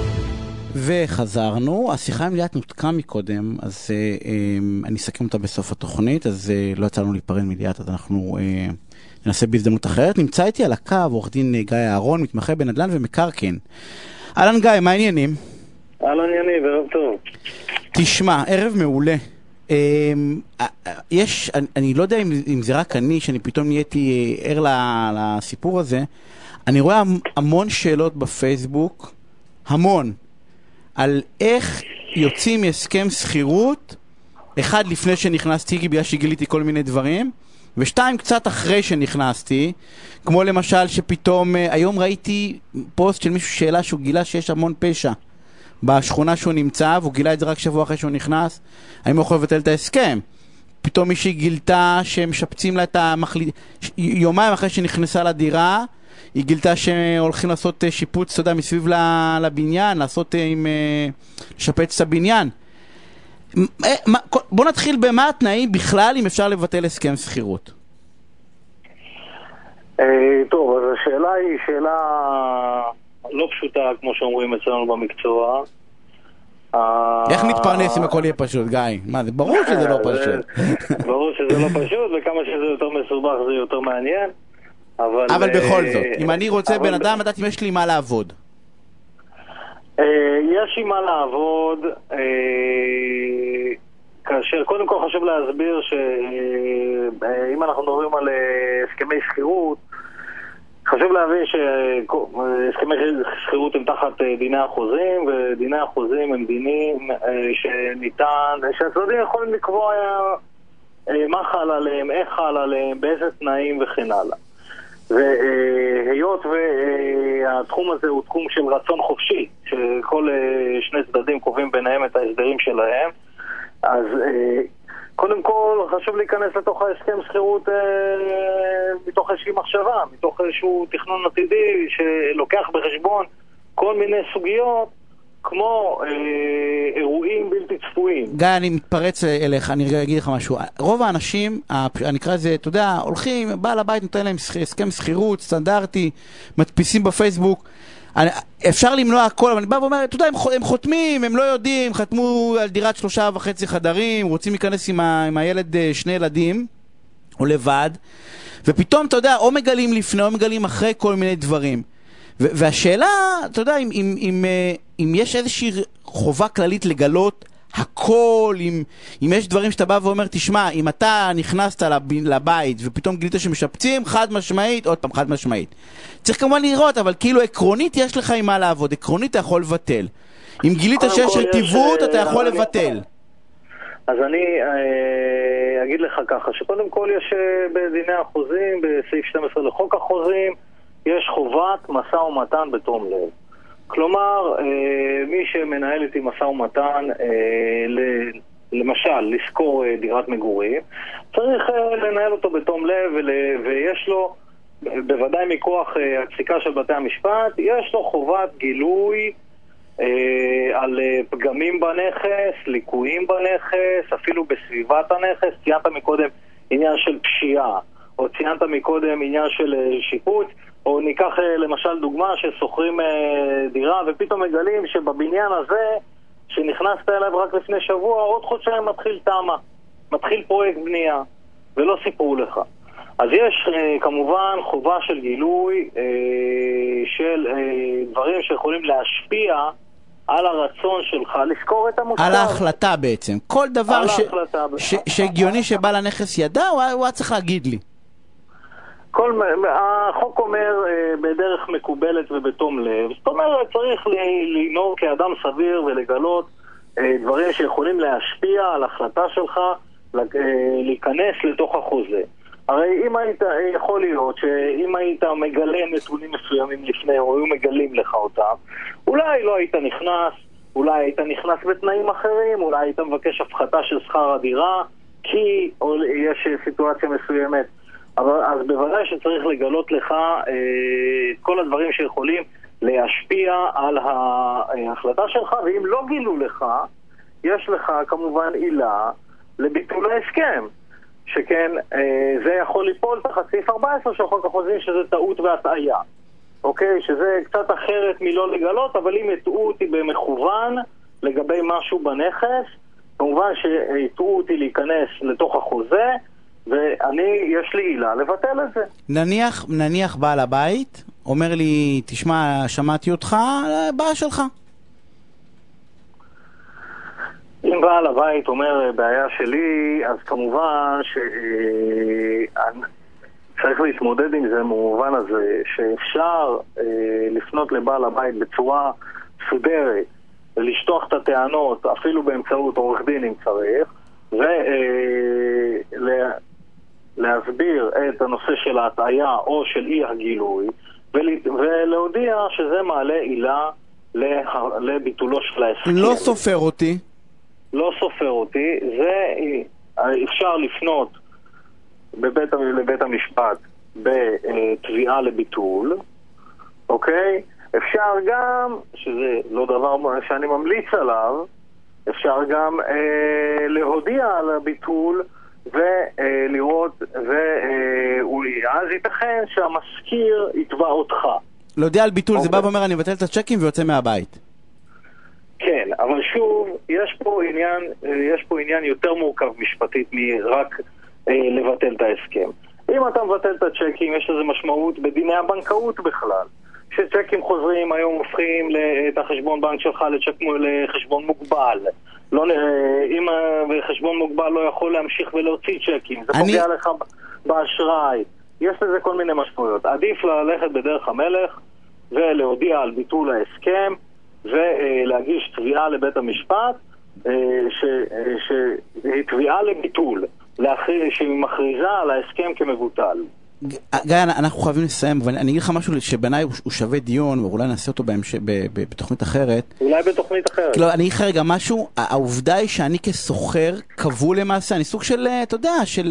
וחזרנו, השיחה עם ליאת נותקה מקודם, אז אה, אה, אני אסכם אותה בסוף התוכנית, אז אה, לא יצא לנו להיפרד מליאת, אז אנחנו אה, ננסה בהזדמנות אחרת. נמצא איתי על הקו עורך דין גיא אהרון, מתמחה בנדל"ן ומקרקעין. אהלן גיא, מה העניינים? אהלן יניב, ערב טוב. תשמע, ערב מעולה. אה, יש, אני, אני לא יודע אם, אם זה רק אני, שאני פתאום נהייתי ער לסיפור הזה, אני רואה המון שאלות בפייסבוק, המון. על איך יוצאים מהסכם סחירות, אחד לפני שנכנסתי בגלל שגיליתי כל מיני דברים, ושתיים קצת אחרי שנכנסתי, כמו למשל שפתאום היום ראיתי פוסט של מישהו שאלה שהוא גילה שיש המון פשע בשכונה שהוא נמצא, והוא גילה את זה רק שבוע אחרי שהוא נכנס, האם הוא יכול לבטל את ההסכם? פתאום מישהי גילתה שהם משפצים לה את המחליט, יומיים אחרי שנכנסה לדירה, היא גילתה שהולכים לעשות שיפוץ, אתה יודע, מסביב לבניין, לעשות עם, לשפץ את הבניין. בוא נתחיל במה התנאים בכלל, אם אפשר לבטל הסכם סחירות. טוב, אז השאלה היא שאלה לא פשוטה, כמו שאומרים אצלנו במקצוע. איך נתפרנס אם הכל יהיה פשוט, גיא? מה, זה ברור שזה לא פשוט. ברור שזה לא פשוט, וכמה שזה יותר מסובך זה יותר מעניין. אבל בכל זאת, אם אני רוצה בן אדם, לדעת אם יש לי מה לעבוד. יש לי מה לעבוד, כאשר קודם כל חשוב להסביר שאם אנחנו מדברים על הסכמי שכירות, חשוב להבין שהסכמי שכירות הם תחת דיני החוזים, ודיני החוזים הם דינים שניתן, שהצדדים יכולים לקבוע מה חל עליהם, איך חל עליהם, באיזה תנאים וכן הלאה. והיות והתחום הזה הוא תחום של רצון חופשי, שכל שני צדדים קובעים ביניהם את ההסדרים שלהם, אז קודם כל חשוב להיכנס לתוך ההסכם שכירות מתוך איזושהי מחשבה, מתוך איזשהו תכנון עתידי שלוקח בחשבון כל מיני סוגיות כמו אה, אירועים בלתי צפויים. גיא, אני מתפרץ אליך, אני אגיד לך משהו. רוב האנשים, אני אקרא לזה, אתה יודע, הולכים, בעל הבית נותן להם הסכם שכירות, סטנדרטי, מדפיסים בפייסבוק. אני, אפשר למנוע הכל, אבל אני בא ואומר, אתה יודע, הם, הם חותמים, הם לא יודעים, חתמו על דירת שלושה וחצי חדרים, רוצים להיכנס עם, ה, עם הילד שני ילדים, או לבד, ופתאום, אתה יודע, או מגלים לפני, או מגלים אחרי כל מיני דברים. והשאלה, אתה יודע, אם, אם, אם, אם יש איזושהי חובה כללית לגלות הכל, אם, אם יש דברים שאתה בא ואומר, תשמע, אם אתה נכנסת לבית ופתאום גילית שמשפצים, חד משמעית, עוד פעם חד משמעית. צריך כמובן לראות, אבל כאילו עקרונית יש לך עם מה לעבוד, עקרונית אתה יכול לבטל. אם גילית שיש רטיבות, אתה יכול לבטל. אז אני אגיד לך ככה, שקודם כל יש בדיני החוזים, בסעיף שתים עשרה לחוק החוזים, יש חובת משא ומתן בתום לב. כלומר, מי שמנהל איתי משא ומתן, למשל, לשכור דירת מגורים, צריך לנהל אותו בתום לב, ויש לו, בוודאי מכוח הפסיקה של בתי המשפט, יש לו חובת גילוי על פגמים בנכס, ליקויים בנכס, אפילו בסביבת הנכס. ציינת מקודם עניין של פשיעה, או ציינת מקודם עניין של שיפוץ, או ניקח למשל דוגמה שסוחרים דירה ופתאום מגלים שבבניין הזה שנכנסת אליו רק לפני שבוע, עוד חודשיים מתחיל תמה, מתחיל פרויקט בנייה, ולא סיפרו לך. אז יש כמובן חובה של גילוי של דברים שיכולים להשפיע על הרצון שלך לזכור את המוצר. על ההחלטה בעצם. כל דבר ש... ש... שהגיוני שבא לנכס ידע, הוא היה צריך להגיד לי. כל, החוק אומר בדרך מקובלת ובתום לב. זאת אומרת, צריך לנהוג כאדם סביר ולגלות דברים שיכולים להשפיע על החלטה שלך להיכנס לתוך החוזה. הרי אם היית, יכול להיות שאם היית מגלה נתונים מסוימים לפני, או היו מגלים לך אותם, אולי לא היית נכנס, אולי היית נכנס בתנאים אחרים, אולי היית מבקש הפחתה של שכר הדירה, כי יש סיטואציה מסוימת. אבל, אז בוודאי שצריך לגלות לך אה, כל הדברים שיכולים להשפיע על ההחלטה שלך, ואם לא גילו לך, יש לך כמובן עילה לביטול ההסכם. שכן אה, זה יכול ליפול תחת סעיף ארבע עשרה של חוק החוזים, שזה טעות והטעיה. אוקיי? שזה קצת אחרת מלא לגלות, אבל אם הטעו אותי במכוון לגבי משהו בנכס, כמובן שהטעו אותי להיכנס לתוך החוזה, ואני, יש לי עילה לבטל את זה. נניח, נניח בעל הבית אומר לי, תשמע, שמעתי אותך, בעיה שלך. אם בעל הבית אומר בעיה שלי, אז כמובן שצריך להתמודד עם זה במובן הזה, שאפשר לפנות לבעל הבית בצורה סודרת, ולשטוח את הטענות, אפילו באמצעות עורך דין אם צריך, ולהסביר את הנושא של ההטעיה או של אי הגילוי, ולהודיע שזה מעלה עילה לביטולו של ההסכם. לא סופר אותי. לא סופר אותי, זה אפשר לפנות בבית, לבית המשפט בתביעה לביטול, אוקיי? אפשר גם, שזה לא דבר שאני ממליץ עליו, אפשר גם אה, להודיע על הביטול ולראות, ואז ייתכן שהמשכיר יתבע אותך. להודיע על ביטול, זה בא ואומר אני מבטל את הצ'קים ויוצא מהבית. כן, אבל שוב, יש פה עניין, יש פה עניין יותר מורכב משפטית מרק אה, לבטל את ההסכם. אם אתה מבטל את הצ'קים, יש לזה משמעות בדיני הבנקאות בכלל. שצ'קים חוזרים היום הופכים את החשבון בנק שלך לצ'ק, לחשבון מוגבל. לא, אם חשבון מוגבל לא יכול להמשיך ולהוציא צ'קים, זה אני... פוגע לך באשראי. יש לזה כל מיני משמעויות. עדיף ללכת בדרך המלך ולהודיע על ביטול ההסכם ולהגיש תביעה לבית המשפט שהיא תביעה לביטול, שהיא מכריזה על ההסכם כמבוטל. גיא, אנחנו חייבים לסיים, אבל אני אגיד לך משהו שבעיניי הוא שווה דיון, ואולי נעשה אותו בתוכנית אחרת. אולי בתוכנית אחרת. לא, אני אגיד לך רגע משהו, העובדה היא שאני כסוחר כבול למעשה, אני סוג של, אתה יודע, של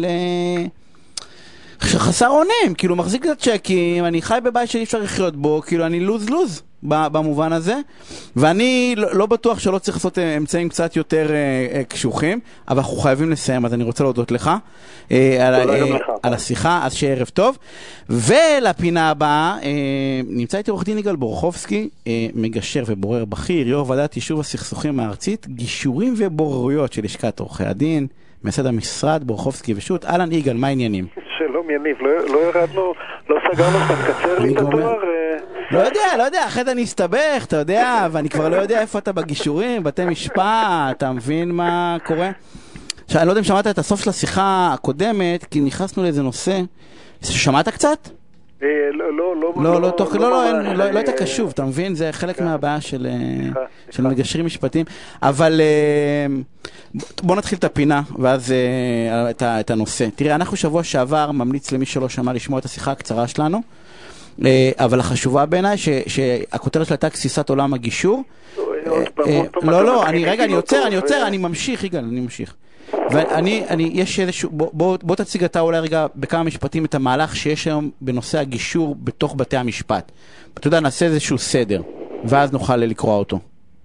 חסר עונים, כאילו מחזיק את הצ'קים, אני חי בבית שאי אפשר לחיות בו, כאילו אני לוז לוז במובן הזה, ואני לא בטוח שלא צריך לעשות אמצעים קצת יותר קשוחים, אבל אנחנו חייבים לסיים, אז אני רוצה להודות לך על השיחה, אז שערב טוב. ולפינה הבאה נמצא איתי עורך דין יגאל בורחובסקי, מגשר ובורר בכיר, יו"ר ועדת יישוב הסכסוכים הארצית, גישורים ובוררויות של לשכת עורכי הדין, מייסד המשרד בורחובסקי ושות'. אהלן יגאל, מה העניינים? שלום יניב, לא ירדנו, לא סגרנו, אתה מקצר לי את התואר? לא יודע, לא יודע, אחרי אני אסתבך, אתה יודע, ואני כבר לא יודע איפה אתה בגישורים, בתי משפט, אתה מבין מה קורה? עכשיו, אני לא יודע אם שמעת את הסוף של השיחה הקודמת, כי נכנסנו לאיזה נושא, שמעת קצת? לא, לא, לא. לא, לא, תוך, לא, לא, לא הייתה קשוב, אתה מבין? זה חלק מהבעיה של מגשרים משפטיים, אבל בוא נתחיל את הפינה, ואז את הנושא. תראה, אנחנו שבוע שעבר ממליץ למי שלא שמע לשמוע את השיחה הקצרה שלנו, אבל החשובה בעיניי שהכותרת שלה הייתה כסיסת עולם הגישור. לא, לא, אני רגע, אני יוצר, אני יוצר, אני ממשיך, יגאל, אני ממשיך. ואני, אני, יש איזשהו, בוא, בוא תציג אתה אולי רגע בכמה משפטים את המהלך שיש היום בנושא הגישור בתוך בתי המשפט. אתה יודע, נעשה איזשהו סדר, ואז נוכל לקרוא אותו.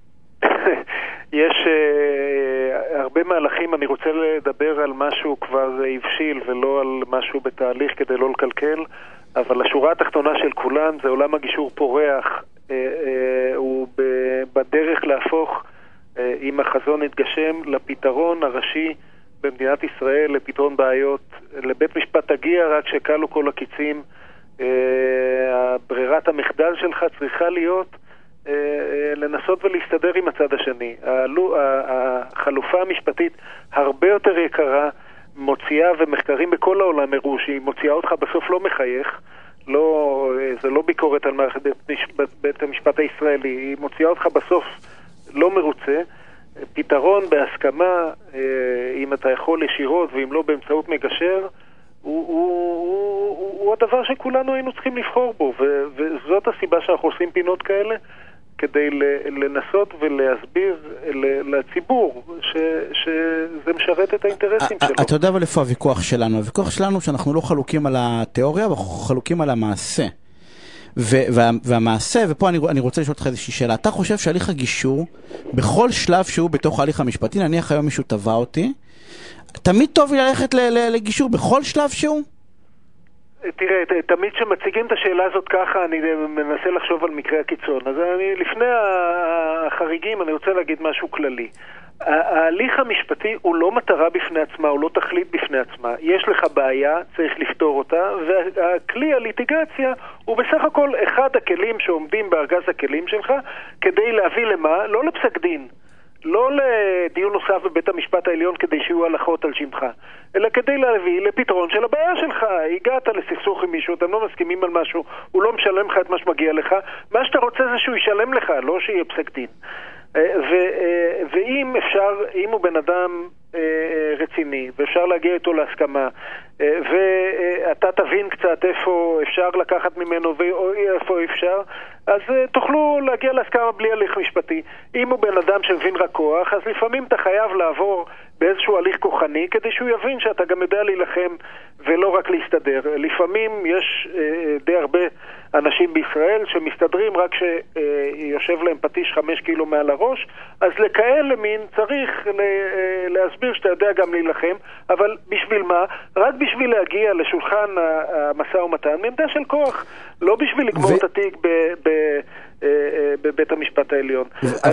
יש uh, הרבה מהלכים, אני רוצה לדבר על משהו כבר הבשיל ולא על משהו בתהליך כדי לא לקלקל, אבל השורה התחתונה של כולן זה עולם הגישור פורח, uh, uh, הוא בדרך להפוך, uh, אם החזון יתגשם, לפתרון הראשי במדינת ישראל, לפתרון בעיות. לבית משפט תגיע רק שקלו כל הקיצים, uh, ברירת המחדל שלך צריכה להיות לנסות ולהסתדר עם הצד השני. החלופה המשפטית הרבה יותר יקרה, מוציאה, ומחקרים בכל העולם הראו שהיא מוציאה אותך בסוף לא מחייך, לא, זה לא ביקורת על מערכת בית המשפט הישראלי, היא מוציאה אותך בסוף לא מרוצה. פתרון בהסכמה, אם אתה יכול ישירות ואם לא באמצעות מגשר, הוא, הוא, הוא, הוא הדבר שכולנו היינו צריכים לבחור בו, ו, וזאת הסיבה שאנחנו עושים פינות כאלה, כדי לנסות ולהסביר לציבור ש, שזה משרת את האינטרסים שלו. אתה יודע אבל איפה הוויכוח שלנו? הוויכוח שלנו שאנחנו לא חלוקים על התיאוריה, אנחנו חלוקים על המעשה. וה, והמעשה, ופה אני, אני רוצה לשאול אותך איזושהי שאלה. אתה חושב שהליך הגישור, בכל שלב שהוא בתוך ההליך המשפטי, נניח היום מישהו טבע אותי, תמיד טוב ללכת לגישור בכל שלב שהוא? תראה, תמיד שמציגים את השאלה הזאת ככה, אני מנסה לחשוב על מקרה הקיצון. אז אני, לפני החריגים, אני רוצה להגיד משהו כללי. ההליך המשפטי הוא לא מטרה בפני עצמה, הוא לא תכלית בפני עצמה. יש לך בעיה, צריך לפתור אותה, והכלי הליטיגציה הוא בסך הכל אחד הכלים שעומדים בארגז הכלים שלך, כדי להביא למה? לא לפסק דין. לא לדיון נוסף בבית המשפט העליון כדי שיהיו הלכות על שמך, אלא כדי להביא לפתרון של הבעיה שלך. הגעת לסכסוך עם מישהו, אתם לא מסכימים על משהו, הוא לא משלם לך את מה שמגיע לך, מה שאתה רוצה זה שהוא ישלם לך, לא שיהיה פסק דין. ו- ואם אפשר, אם הוא בן אדם רציני ואפשר להגיע איתו להסכמה, ואתה תבין קצת איפה אפשר לקחת ממנו ואיפה אפשר, אז תוכלו להגיע להסכמה בלי הליך משפטי. אם הוא בן אדם שמבין רק כוח, אז לפעמים אתה חייב לעבור באיזשהו הליך כוחני כדי שהוא יבין שאתה גם יודע להילחם ולא רק להסתדר. לפעמים יש די הרבה אנשים בישראל שמסתדרים רק שיושב להם פטיש חמש קילו מעל הראש, אז לכאלה מין צריך להסביר שאתה יודע גם להילחם, אבל בשביל מה? רק בשביל להגיע לשולחן המשא ומתן, מעמדה של כוח, לא בשביל לגמור ו... את התיק ב... ב... בבית המשפט העליון.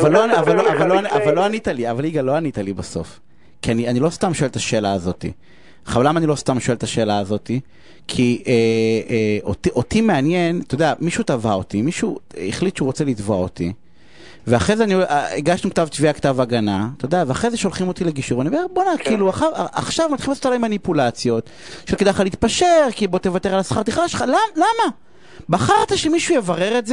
אבל לא ענית לי, אבל יגאל, לא ענית לי בסוף. כי אני לא סתם שואל את השאלה הזאת. אבל למה אני לא סתם שואל את השאלה הזאת? כי אותי מעניין, אתה יודע, מישהו תבע אותי, מישהו החליט שהוא רוצה לתבוע אותי, ואחרי זה הגשנו כתב תביעה, כתב הגנה, אתה יודע, ואחרי זה שולחים אותי לגישור, אני אומר, בוא'נה, כאילו, עכשיו מתחילים לעשות עליי מניפולציות, שכדאי לך להתפשר, כי בוא תוותר על השכר טרחה שלך, למה? בחרת שמישהו יברר את זה?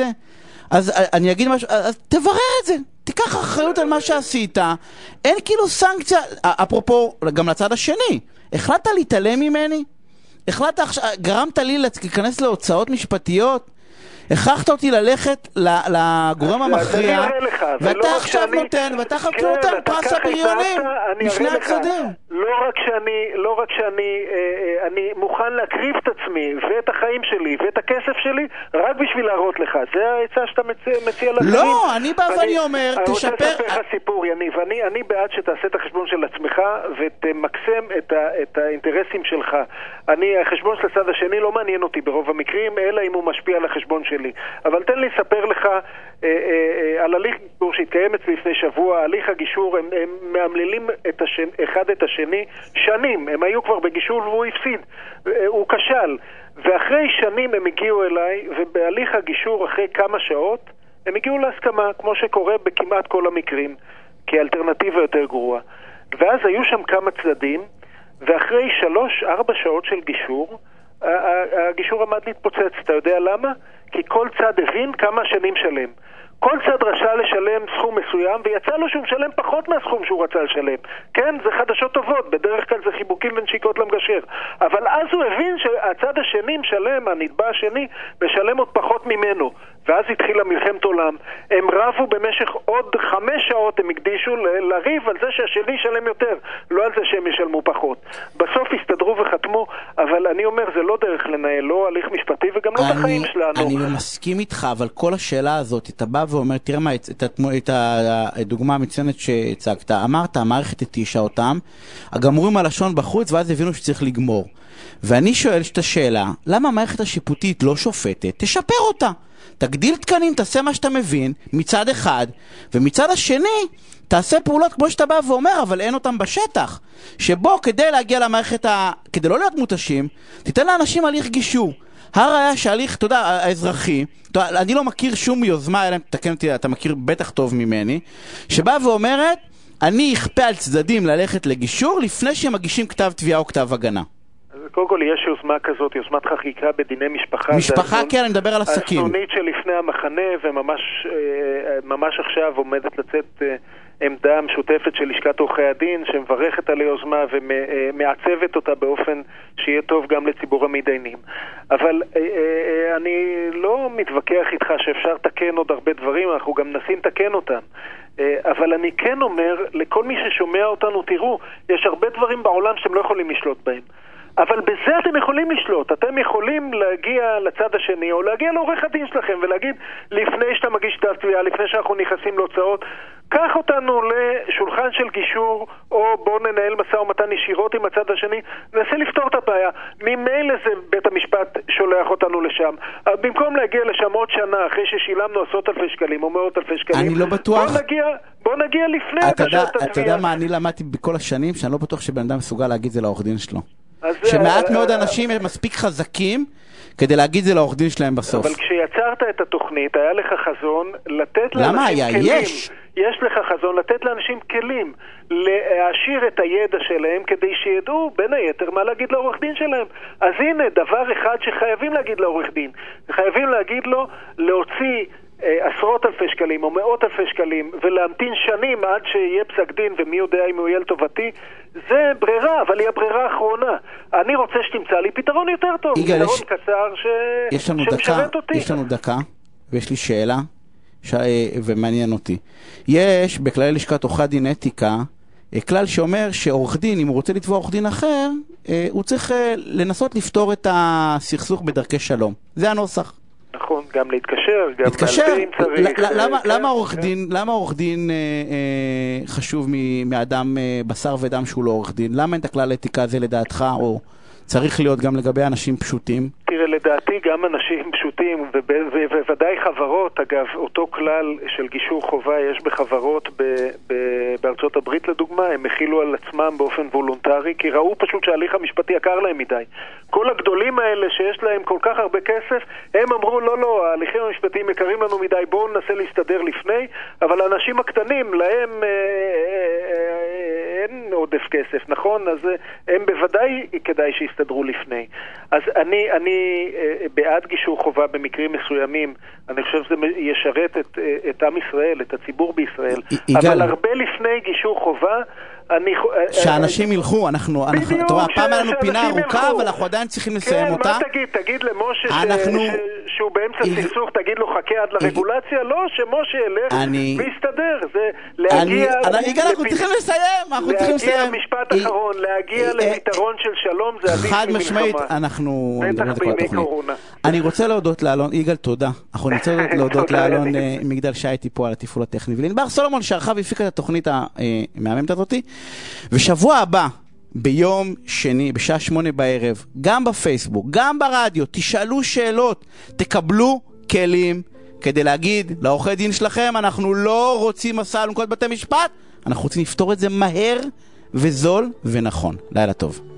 אז אני אגיד משהו, אז תברר את זה, תיקח אחריות על מה שעשית, אין כאילו סנקציה, אפרופו, גם לצד השני, החלטת להתעלם ממני? החלטת, גרמת לי להיכנס להוצאות משפטיות? הכרחת אותי ללכת לגורם המכריע, ואתה עכשיו נותן, ואתה עכשיו נותן פרס הבריונים משני הצדדים. לא רק שאני, לא רק שאני, אני מוכן להקריב את עצמי ואת החיים שלי ואת הכסף שלי רק בשביל להראות לך. זה העצה שאתה מציע לאחרים. לא, אני בא ואני אומר, תשפר. אני רוצה לספר לך סיפור, יניב. אני בעד שתעשה את החשבון של עצמך ותמקסם את האינטרסים שלך. אני, החשבון של הצד השני לא מעניין אותי ברוב המקרים, אלא אם הוא משפיע על החשבון שלי. אבל תן לי לספר לך אה, אה, אה, על הליך גישור שהתקיים אצלי לפני שבוע. הליך הגישור, הם, הם מאמללים את השני, אחד את השני שנים. הם היו כבר בגישור והוא הפסיד. אה, הוא כשל. ואחרי שנים הם הגיעו אליי, ובהליך הגישור אחרי כמה שעות, הם הגיעו להסכמה, כמו שקורה בכמעט כל המקרים, כאלטרנטיבה יותר גרועה. ואז היו שם כמה צדדים, ואחרי שלוש, ארבע שעות של גישור, הגישור עמד להתפוצץ. אתה יודע למה? כי כל צד הבין כמה שנים שלם. כל צד רצה לשלם סכום מסוים, ויצא לו שהוא משלם פחות מהסכום שהוא רצה לשלם. כן, זה חדשות טובות, בדרך כלל זה חיבוקים ונשיקות למגשר. אבל אז הוא הבין שהצד השני משלם, הנתבע השני, משלם עוד פחות ממנו. ואז התחילה מלחמת עולם. הם רבו במשך עוד חמש שעות, הם הקדישו לריב על זה שהשני ישלם יותר, לא על זה שהם ישלמו פחות. בסוף הסתדרו וחתמו, אבל אני אומר, זה לא דרך לנהל, לא הליך משפטי וגם לא את החיים שלנו. אני מסכים איתך, אבל כל השאלה הזאת, אתה בא ואומר, תראה מה, את הדוגמה המצוינת שהצגת, אמרת, המערכת התישה אותם, הגמורים הלשון בחוץ, ואז הבינו שצריך לגמור. ואני שואל את השאלה, למה המערכת השיפוטית לא שופטת? תשפר אותה. תגדיל תקנים, תעשה מה שאתה מבין, מצד אחד, ומצד השני, תעשה פעולות כמו שאתה בא ואומר, אבל אין אותם בשטח. שבו כדי להגיע למערכת, ה... כדי לא להיות מותשים, תיתן לאנשים הליך גישור. הראיה שההליך, אתה יודע, האזרחי, אני לא מכיר שום יוזמה, אלא תתקן אותי, אתה מכיר בטח טוב ממני, שבא ואומרת, אני אכפה על צדדים ללכת לגישור, לפני שהם מגישים כתב תביעה או כתב הגנה. קודם כל יש יוזמה כזאת, יוזמת חקיקה בדיני משפחה. משפחה, כן, אני מדבר על עסקים. הסנונית שלפני המחנה, וממש ממש עכשיו עומדת לצאת עמדה משותפת של לשכת עורכי הדין, שמברכת על היוזמה ומעצבת אותה באופן שיהיה טוב גם לציבור המתדיינים. אבל אני לא מתווכח איתך שאפשר לתקן עוד הרבה דברים, אנחנו גם נסים לתקן אותם. אבל אני כן אומר, לכל מי ששומע אותנו, תראו, יש הרבה דברים בעולם שאתם לא יכולים לשלוט בהם. אבל בזה אתם יכולים לשלוט. אתם יכולים להגיע לצד השני, או להגיע לעורך הדין שלכם, ולהגיד, לפני שאתה מגיש כתב תביעה, לפני שאנחנו נכנסים להוצאות, קח אותנו לשולחן של גישור, או בוא ננהל משא ומתן ישירות עם הצד השני, ננסה לפתור את הבעיה. ממילא זה בית המשפט שולח אותנו לשם. במקום להגיע לשם עוד שנה, אחרי ששילמנו עשרות אלפי שקלים, או מאות אלפי שקלים, אני לא בטוח. בוא נגיע, בוא נגיע לפני אתה יודע, אתה יודע מה אני למדתי בכל השנים, שאני לא בטוח שבן אדם מסוגל להגיד זה לעורך דין שלו. שמעט מאוד אנשים הם מספיק חזקים כדי להגיד זה לעורך דין שלהם בסוף. אבל כשיצרת את התוכנית, היה לך חזון לתת לאנשים היה? כלים. יש. יש לך חזון לתת לאנשים כלים, להשאיר את הידע שלהם כדי שידעו בין היתר מה להגיד לעורך דין שלהם. אז הנה דבר אחד שחייבים להגיד לעורך דין. חייבים להגיד לו להוציא עשרות אלפי שקלים או מאות אלפי שקלים ולהמתין שנים עד שיהיה פסק דין ומי יודע אם הוא יהיה לטובתי. זה ברירה, אבל היא הברירה האחרונה. אני רוצה שתמצא לי פתרון יותר טוב, פתרון יש... קצר ש... יש לנו שמשרת דקה, אותי. יש לנו דקה ויש לי שאלה ש... ומעניין אותי. יש בכללי לשכת עורכי הדין אתיקה כלל שאומר שעורך דין, אם הוא רוצה לתבוע עורך דין אחר, הוא צריך לנסות לפתור את הסכסוך בדרכי שלום. זה הנוסח. נכון, גם להתקשר, גם להתקשר. אם צריך. למה, למה עורך דין, למה עורך דין אה, אה, חשוב מאדם אה, בשר ודם שהוא לא עורך דין? למה אין את הכלל האתיקה הזה לדעתך, או צריך להיות גם לגבי אנשים פשוטים? תראה, לדעתי גם אנשים פשוטים, ובוודאי חברות, אגב, אותו כלל של גישור חובה יש בחברות ב- ב- בארצות הברית לדוגמה, הם הכילו על עצמם באופן וולונטרי, כי ראו פשוט שההליך המשפטי יקר להם מדי. כל הגדולים האלה שיש להם כל כך הרבה כסף, הם אמרו, לא, לא, ההליכים המשפטיים יקרים לנו מדי, בואו ננסה להסתדר לפני, אבל האנשים הקטנים, להם אה, אה, אה, אין עודף כסף, נכון? אז אה, הם בוודאי כדאי שיסתדרו לפני. אז אני, אני אה, בעד גישור חובה במקרים מסוימים, אני חושב שזה ישרת את, את עם ישראל, את הציבור בישראל, יגאל. אבל הרבה לפני גישור חובה, אני... שאנשים ילכו, אנחנו, אתה רואה, פעם היה לנו פינה ארוכה, אבל אנחנו עדיין צריכים לסיים אותה. כן, מה תגיד? תגיד למשה שהוא באמצע סכסוך, תגיד לו חכה עד לרגולציה? לא, שמשה ילך ויסתדר. זה להגיע... יגאל, אנחנו צריכים לסיים, אנחנו צריכים לסיים. להגיע משפט אחרון, להגיע לפתרון של שלום, זה עדיף חד משמעית, אנחנו... בטח בימי קורונה. אני רוצה להודות לאלון, יגאל, תודה. אנחנו נרצה להודות לאלון מגדל שהייתי פה על התפעול הטכני, ולענבר סולומון שערכה והפיקה את התוכנית המהממת הזאתי. ושבוע הבא, ביום שני, בשעה שמונה בערב, גם בפייסבוק, גם ברדיו, תשאלו שאלות, תקבלו כלים כדי להגיד לעורכי דין שלכם, אנחנו לא רוצים מסע אלונקות בתי משפט, אנחנו רוצים לפתור את זה מהר וזול ונכון. לילה טוב.